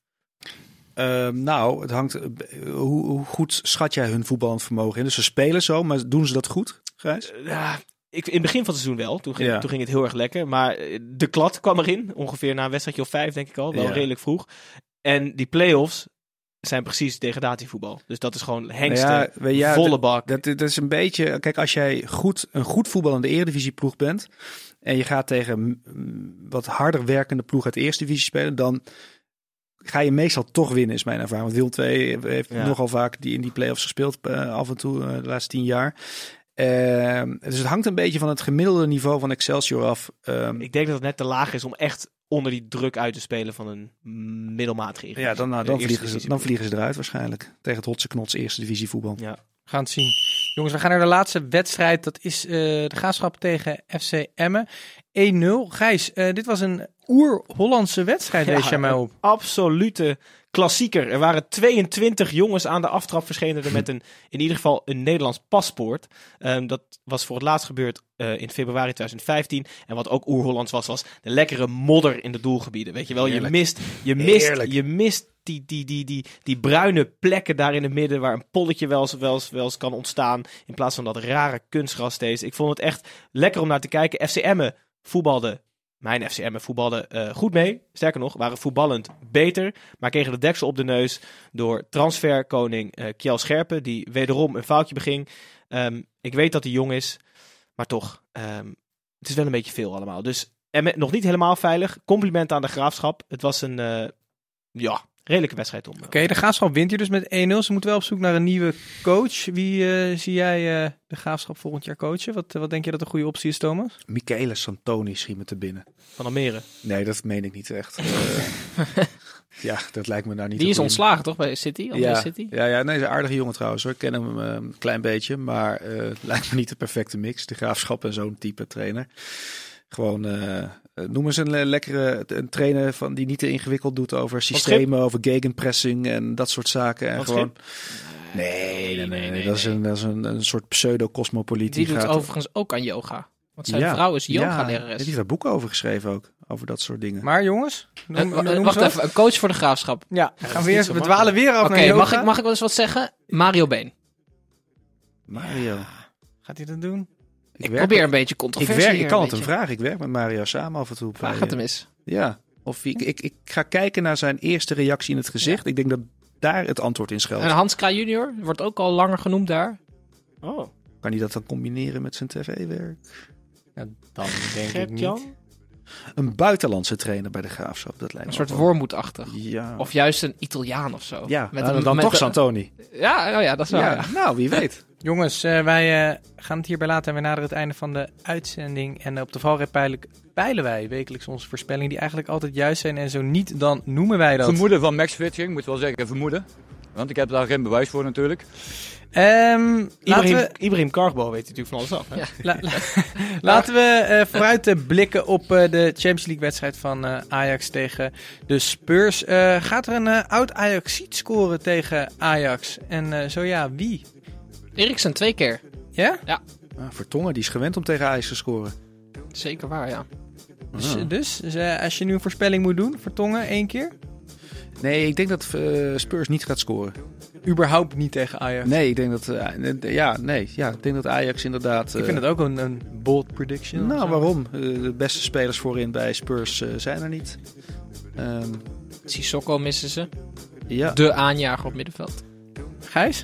Uh, nou, het hangt. Uh, hoe, hoe goed schat jij hun voetballend vermogen in? Dus ze spelen zo, maar doen ze dat goed, Gijs? Uh, ja, ik, in het begin van het seizoen wel. Toen ging, ja. toen ging het heel erg lekker. Maar de klad kwam erin. Ongeveer na een wedstrijdje of vijf, denk ik al. Wel ja. redelijk vroeg. En die play-offs zijn precies degradatievoetbal. Dus dat is gewoon hengsten, ja, ja, volle bak. Dat, dat, dat is een beetje... Kijk, als jij goed, een goed voetballende eredivisieploeg bent... en je gaat tegen wat harder werkende ploeg uit de eerste divisie spelen... dan ga je meestal toch winnen, is mijn ervaring. Want Willem twee heeft Ja. nogal vaak die in die play-offs gespeeld, uh, af en toe uh, de laatste tien jaar. Uh, dus het hangt een beetje van het gemiddelde niveau van Excelsior af. Um, Ik denk dat het net te laag is om echt onder die druk uit te spelen van een middelmatige ja, Eredivisie. dan, nou, dan, Eerste vliegen ze, divisie. dan vliegen ze eruit waarschijnlijk. Tegen het Hotse Knots Eerste Divisie voetbal. Ja. We gaan het zien. Jongens, we gaan naar de laatste wedstrijd. Dat is uh, de Graafschap tegen F C Emmen. één nul. Gijs, uh, dit was een oer-Hollandse wedstrijd, Ja, lees jij mij een op. absolute klassieker. Er waren tweeëntwintig jongens aan de aftrap verschenen er met een, in ieder geval een Nederlands paspoort. Um, dat was voor het laatst gebeurd uh, in februari twintig vijftien. En wat ook oer-Hollands was, was de lekkere modder in de doelgebieden. Weet je wel, je mist, je mist, Heerlijk. je mist die, die, die, die, die bruine plekken daar in het midden waar een polletje wel eens, wel, eens, wel eens kan ontstaan. In plaats van dat rare kunstgras steeds. Ik vond het echt lekker om naar te kijken. F C Emmen voetbalde. Mijn F C Emmen voetbalde uh, goed mee. Sterker nog, waren voetballend beter. Maar kregen de deksel op de neus door transferkoning uh, Kjell Scherpen. Die wederom een foutje beging. Um, ik weet dat hij jong is. Maar toch, um, het is wel een beetje veel allemaal. Dus Emmen nog niet helemaal veilig. Compliment aan de Graafschap. Het was een uh, ja, redelijke wedstrijd om. Oké, okay, de Graafschap wint hier dus met één nul. Ze moeten wel op zoek naar een nieuwe coach. Wie uh, zie jij uh, de Graafschap volgend jaar coachen? Wat, uh, wat denk je dat een goede optie is, Thomas? Michele Santoni schiet me te binnen. Van Almere? Nee, dat meen ik niet echt. uh, ja, dat lijkt me nou niet. Die is goeie. ontslagen toch bij City? Ja, City? ja, ja, nee, is een aardige jongen trouwens hoor. Ik ken hem uh, een klein beetje, maar uh, het lijkt me niet de perfecte mix. De Graafschap en zo'n type trainer. Gewoon, uh, noem eens een lekkere een trainer van die niet te ingewikkeld doet over systemen, over gegenpressing en dat soort zaken. En Wat gewoon. Nee, nee, nee, nee, dat is een, dat is een, een soort pseudo-cosmopoliet. Die doet gaat overigens ook aan yoga. Want zijn ja, vrouw is ja, yoga-lerares. die heeft daar boeken over geschreven ook, over dat soort dingen. Maar jongens, noem, Uh, noem wacht eens even, een coach voor de Graafschap. Ja, we, gaan is weer, niet zo we makkelijk. dwalen weer af Oké, naar yoga. mag ik, mag ik wel eens wat zeggen? Mario Been. Mario. Gaat hij dat doen? Ik, werk- probeer een beetje Ik, controversie werk, ik hier, kan een het hem beetje. vragen. Ik werk met Mario samen af en toe. Vraag bij, het hem eh, eens. Ja. Of ik, ik, ik ga kijken naar zijn eerste reactie in het gezicht. Ik denk dat daar het antwoord in schuilt. En Hans Kraaij junior wordt ook al langer genoemd daar. Oh, Kan hij dat dan combineren met zijn tv-werk? Ja, dan denk ik niet. Gert-Jan? Een buitenlandse trainer bij de Graafschap. Dat lijkt Een me soort ook wel- wormoedachtig. Ja. Of juist een Italiaan of zo. ja, Met nou, een- dan met toch een- Santoni. Ja, oh ja, dat is waar. Ja, Ja. nou, wie weet. Jongens, uh, wij uh, gaan het hierbij laten en we naderen het einde van de uitzending. En uh, op de valreep peilen, peilen wij wekelijks onze voorspellingen die eigenlijk altijd juist zijn. En zo niet, dan noemen wij dat. Vermoeden van Max Fitching, moet wel zeggen vermoeden. Want ik heb daar geen bewijs voor natuurlijk. Um, laten Ibrahim, we, Ibrahim Kargbo weet natuurlijk van alles af. Hè? Ja. la, la, laten we uh, vooruit uh, blikken op uh, de Champions League wedstrijd van uh, Ajax tegen de Spurs. Uh, gaat er een uh, oud Ajaxiet scoren tegen Ajax? En uh, zo ja, wie? Eriksen twee keer. Ja? Ah, Vertongen, die is gewend om tegen Ajax te scoren. Zeker waar, ja. Dus, Ah. dus, dus uh, als je nu een voorspelling moet doen, Vertongen één keer? Nee, ik denk dat uh, Spurs niet gaat scoren. Überhaupt niet tegen Ajax. Nee, ik denk dat, uh, ja, nee, ja, ik denk dat Ajax inderdaad... Ik vind het ook een, een bold prediction. Nou, Zo. waarom? Uh, de beste spelers voorin bij Spurs uh, zijn er niet. Um, Sissoko missen ze. ja. De aanjager op middenveld. Gijs?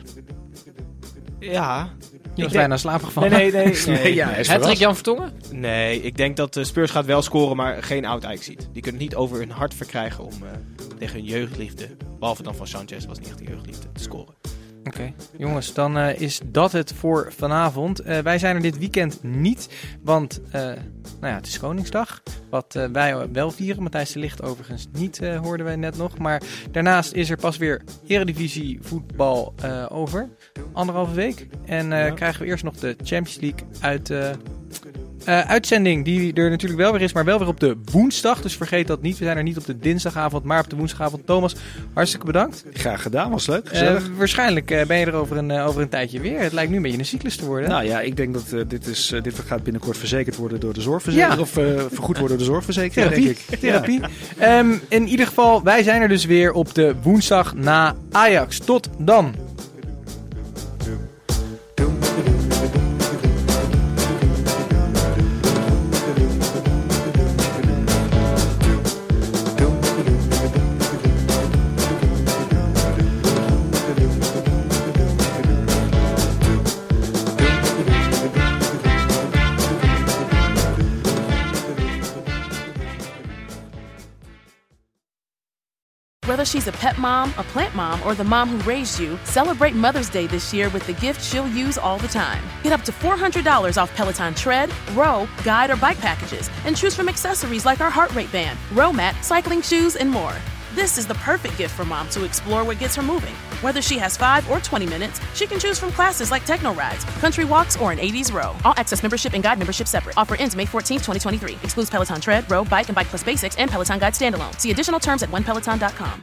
Ja. Je was denk- bijna slaap gevallen. Nee, nee, nee. nee. Nee, ja, hij is Hattrick verrast. Jan Vertongen? Nee, ik denk dat de Spurs gaat wel scoren, maar geen oud Ajax ziet. Die kunnen niet over hun hart verkrijgen om uh, tegen hun jeugdliefde, behalve dan van Sanchez, was niet echt een jeugdliefde, te scoren. Oké, okay. Jongens, dan uh, is dat het voor vanavond. Uh, wij zijn er dit weekend niet, want uh, nou ja, het is Koningsdag. Wat uh, wij wel vieren. Matthijs de Ligt overigens niet, uh, hoorden wij net nog. Maar daarnaast is er pas weer Eredivisie voetbal uh, over. Anderhalve week. En uh, ja. krijgen we eerst nog de Champions League uit... Uh, Uh, uitzending die er natuurlijk wel weer is, maar wel weer op de woensdag. Dus vergeet dat niet. We zijn er niet op de dinsdagavond, maar op de woensdagavond. Thomas, hartstikke bedankt. Graag gedaan, was leuk, gezellig. Uh, waarschijnlijk uh, ben je er over een, uh, over een tijdje weer. Het lijkt nu een beetje een cyclus te worden. Nou ja, ik denk dat uh, dit, is, uh, dit gaat binnenkort verzekerd worden door de zorgverzekering. Ja. Of uh, vergoed worden door de zorgverzekering, Therapie. denk ik. Therapie. Ja. Um, in ieder geval, wij zijn er dus weer op de woensdag na Ajax. Tot dan. Whether she's a pet mom, a plant mom, or the mom who raised you, celebrate Mother's Day this year with the gift she'll use all the time. Get up to four hundred dollars off Peloton tread, row, guide, or bike packages, and choose from accessories like our heart rate band, row mat, cycling shoes, and more. This is the perfect gift for mom to explore what gets her moving. Whether she has five or twenty minutes, she can choose from classes like techno rides, country walks, or an eighties row. All access membership and guide membership separate. Offer ends May fourteenth, twenty twenty-three. Excludes Peloton tread, row, bike, and bike plus basics and Peloton Guide standalone. See additional terms at one peloton dot com.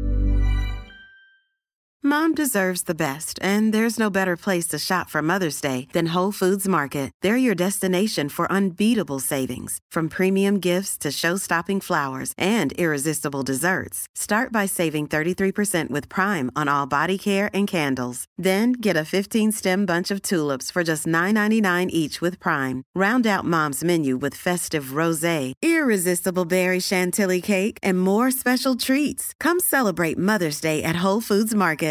Mom deserves the best, and there's no better place to shop for Mother's Day than Whole Foods Market. They're your destination for unbeatable savings, from premium gifts to show-stopping flowers and irresistible desserts. Start by saving thirty-three percent with Prime on all body care and candles. Then get a fifteen-stem bunch of tulips for just nine ninety-nine each with Prime. Round out Mom's menu with festive rosé, irresistible berry chantilly cake, and more special treats. Come celebrate Mother's Day at Whole Foods Market.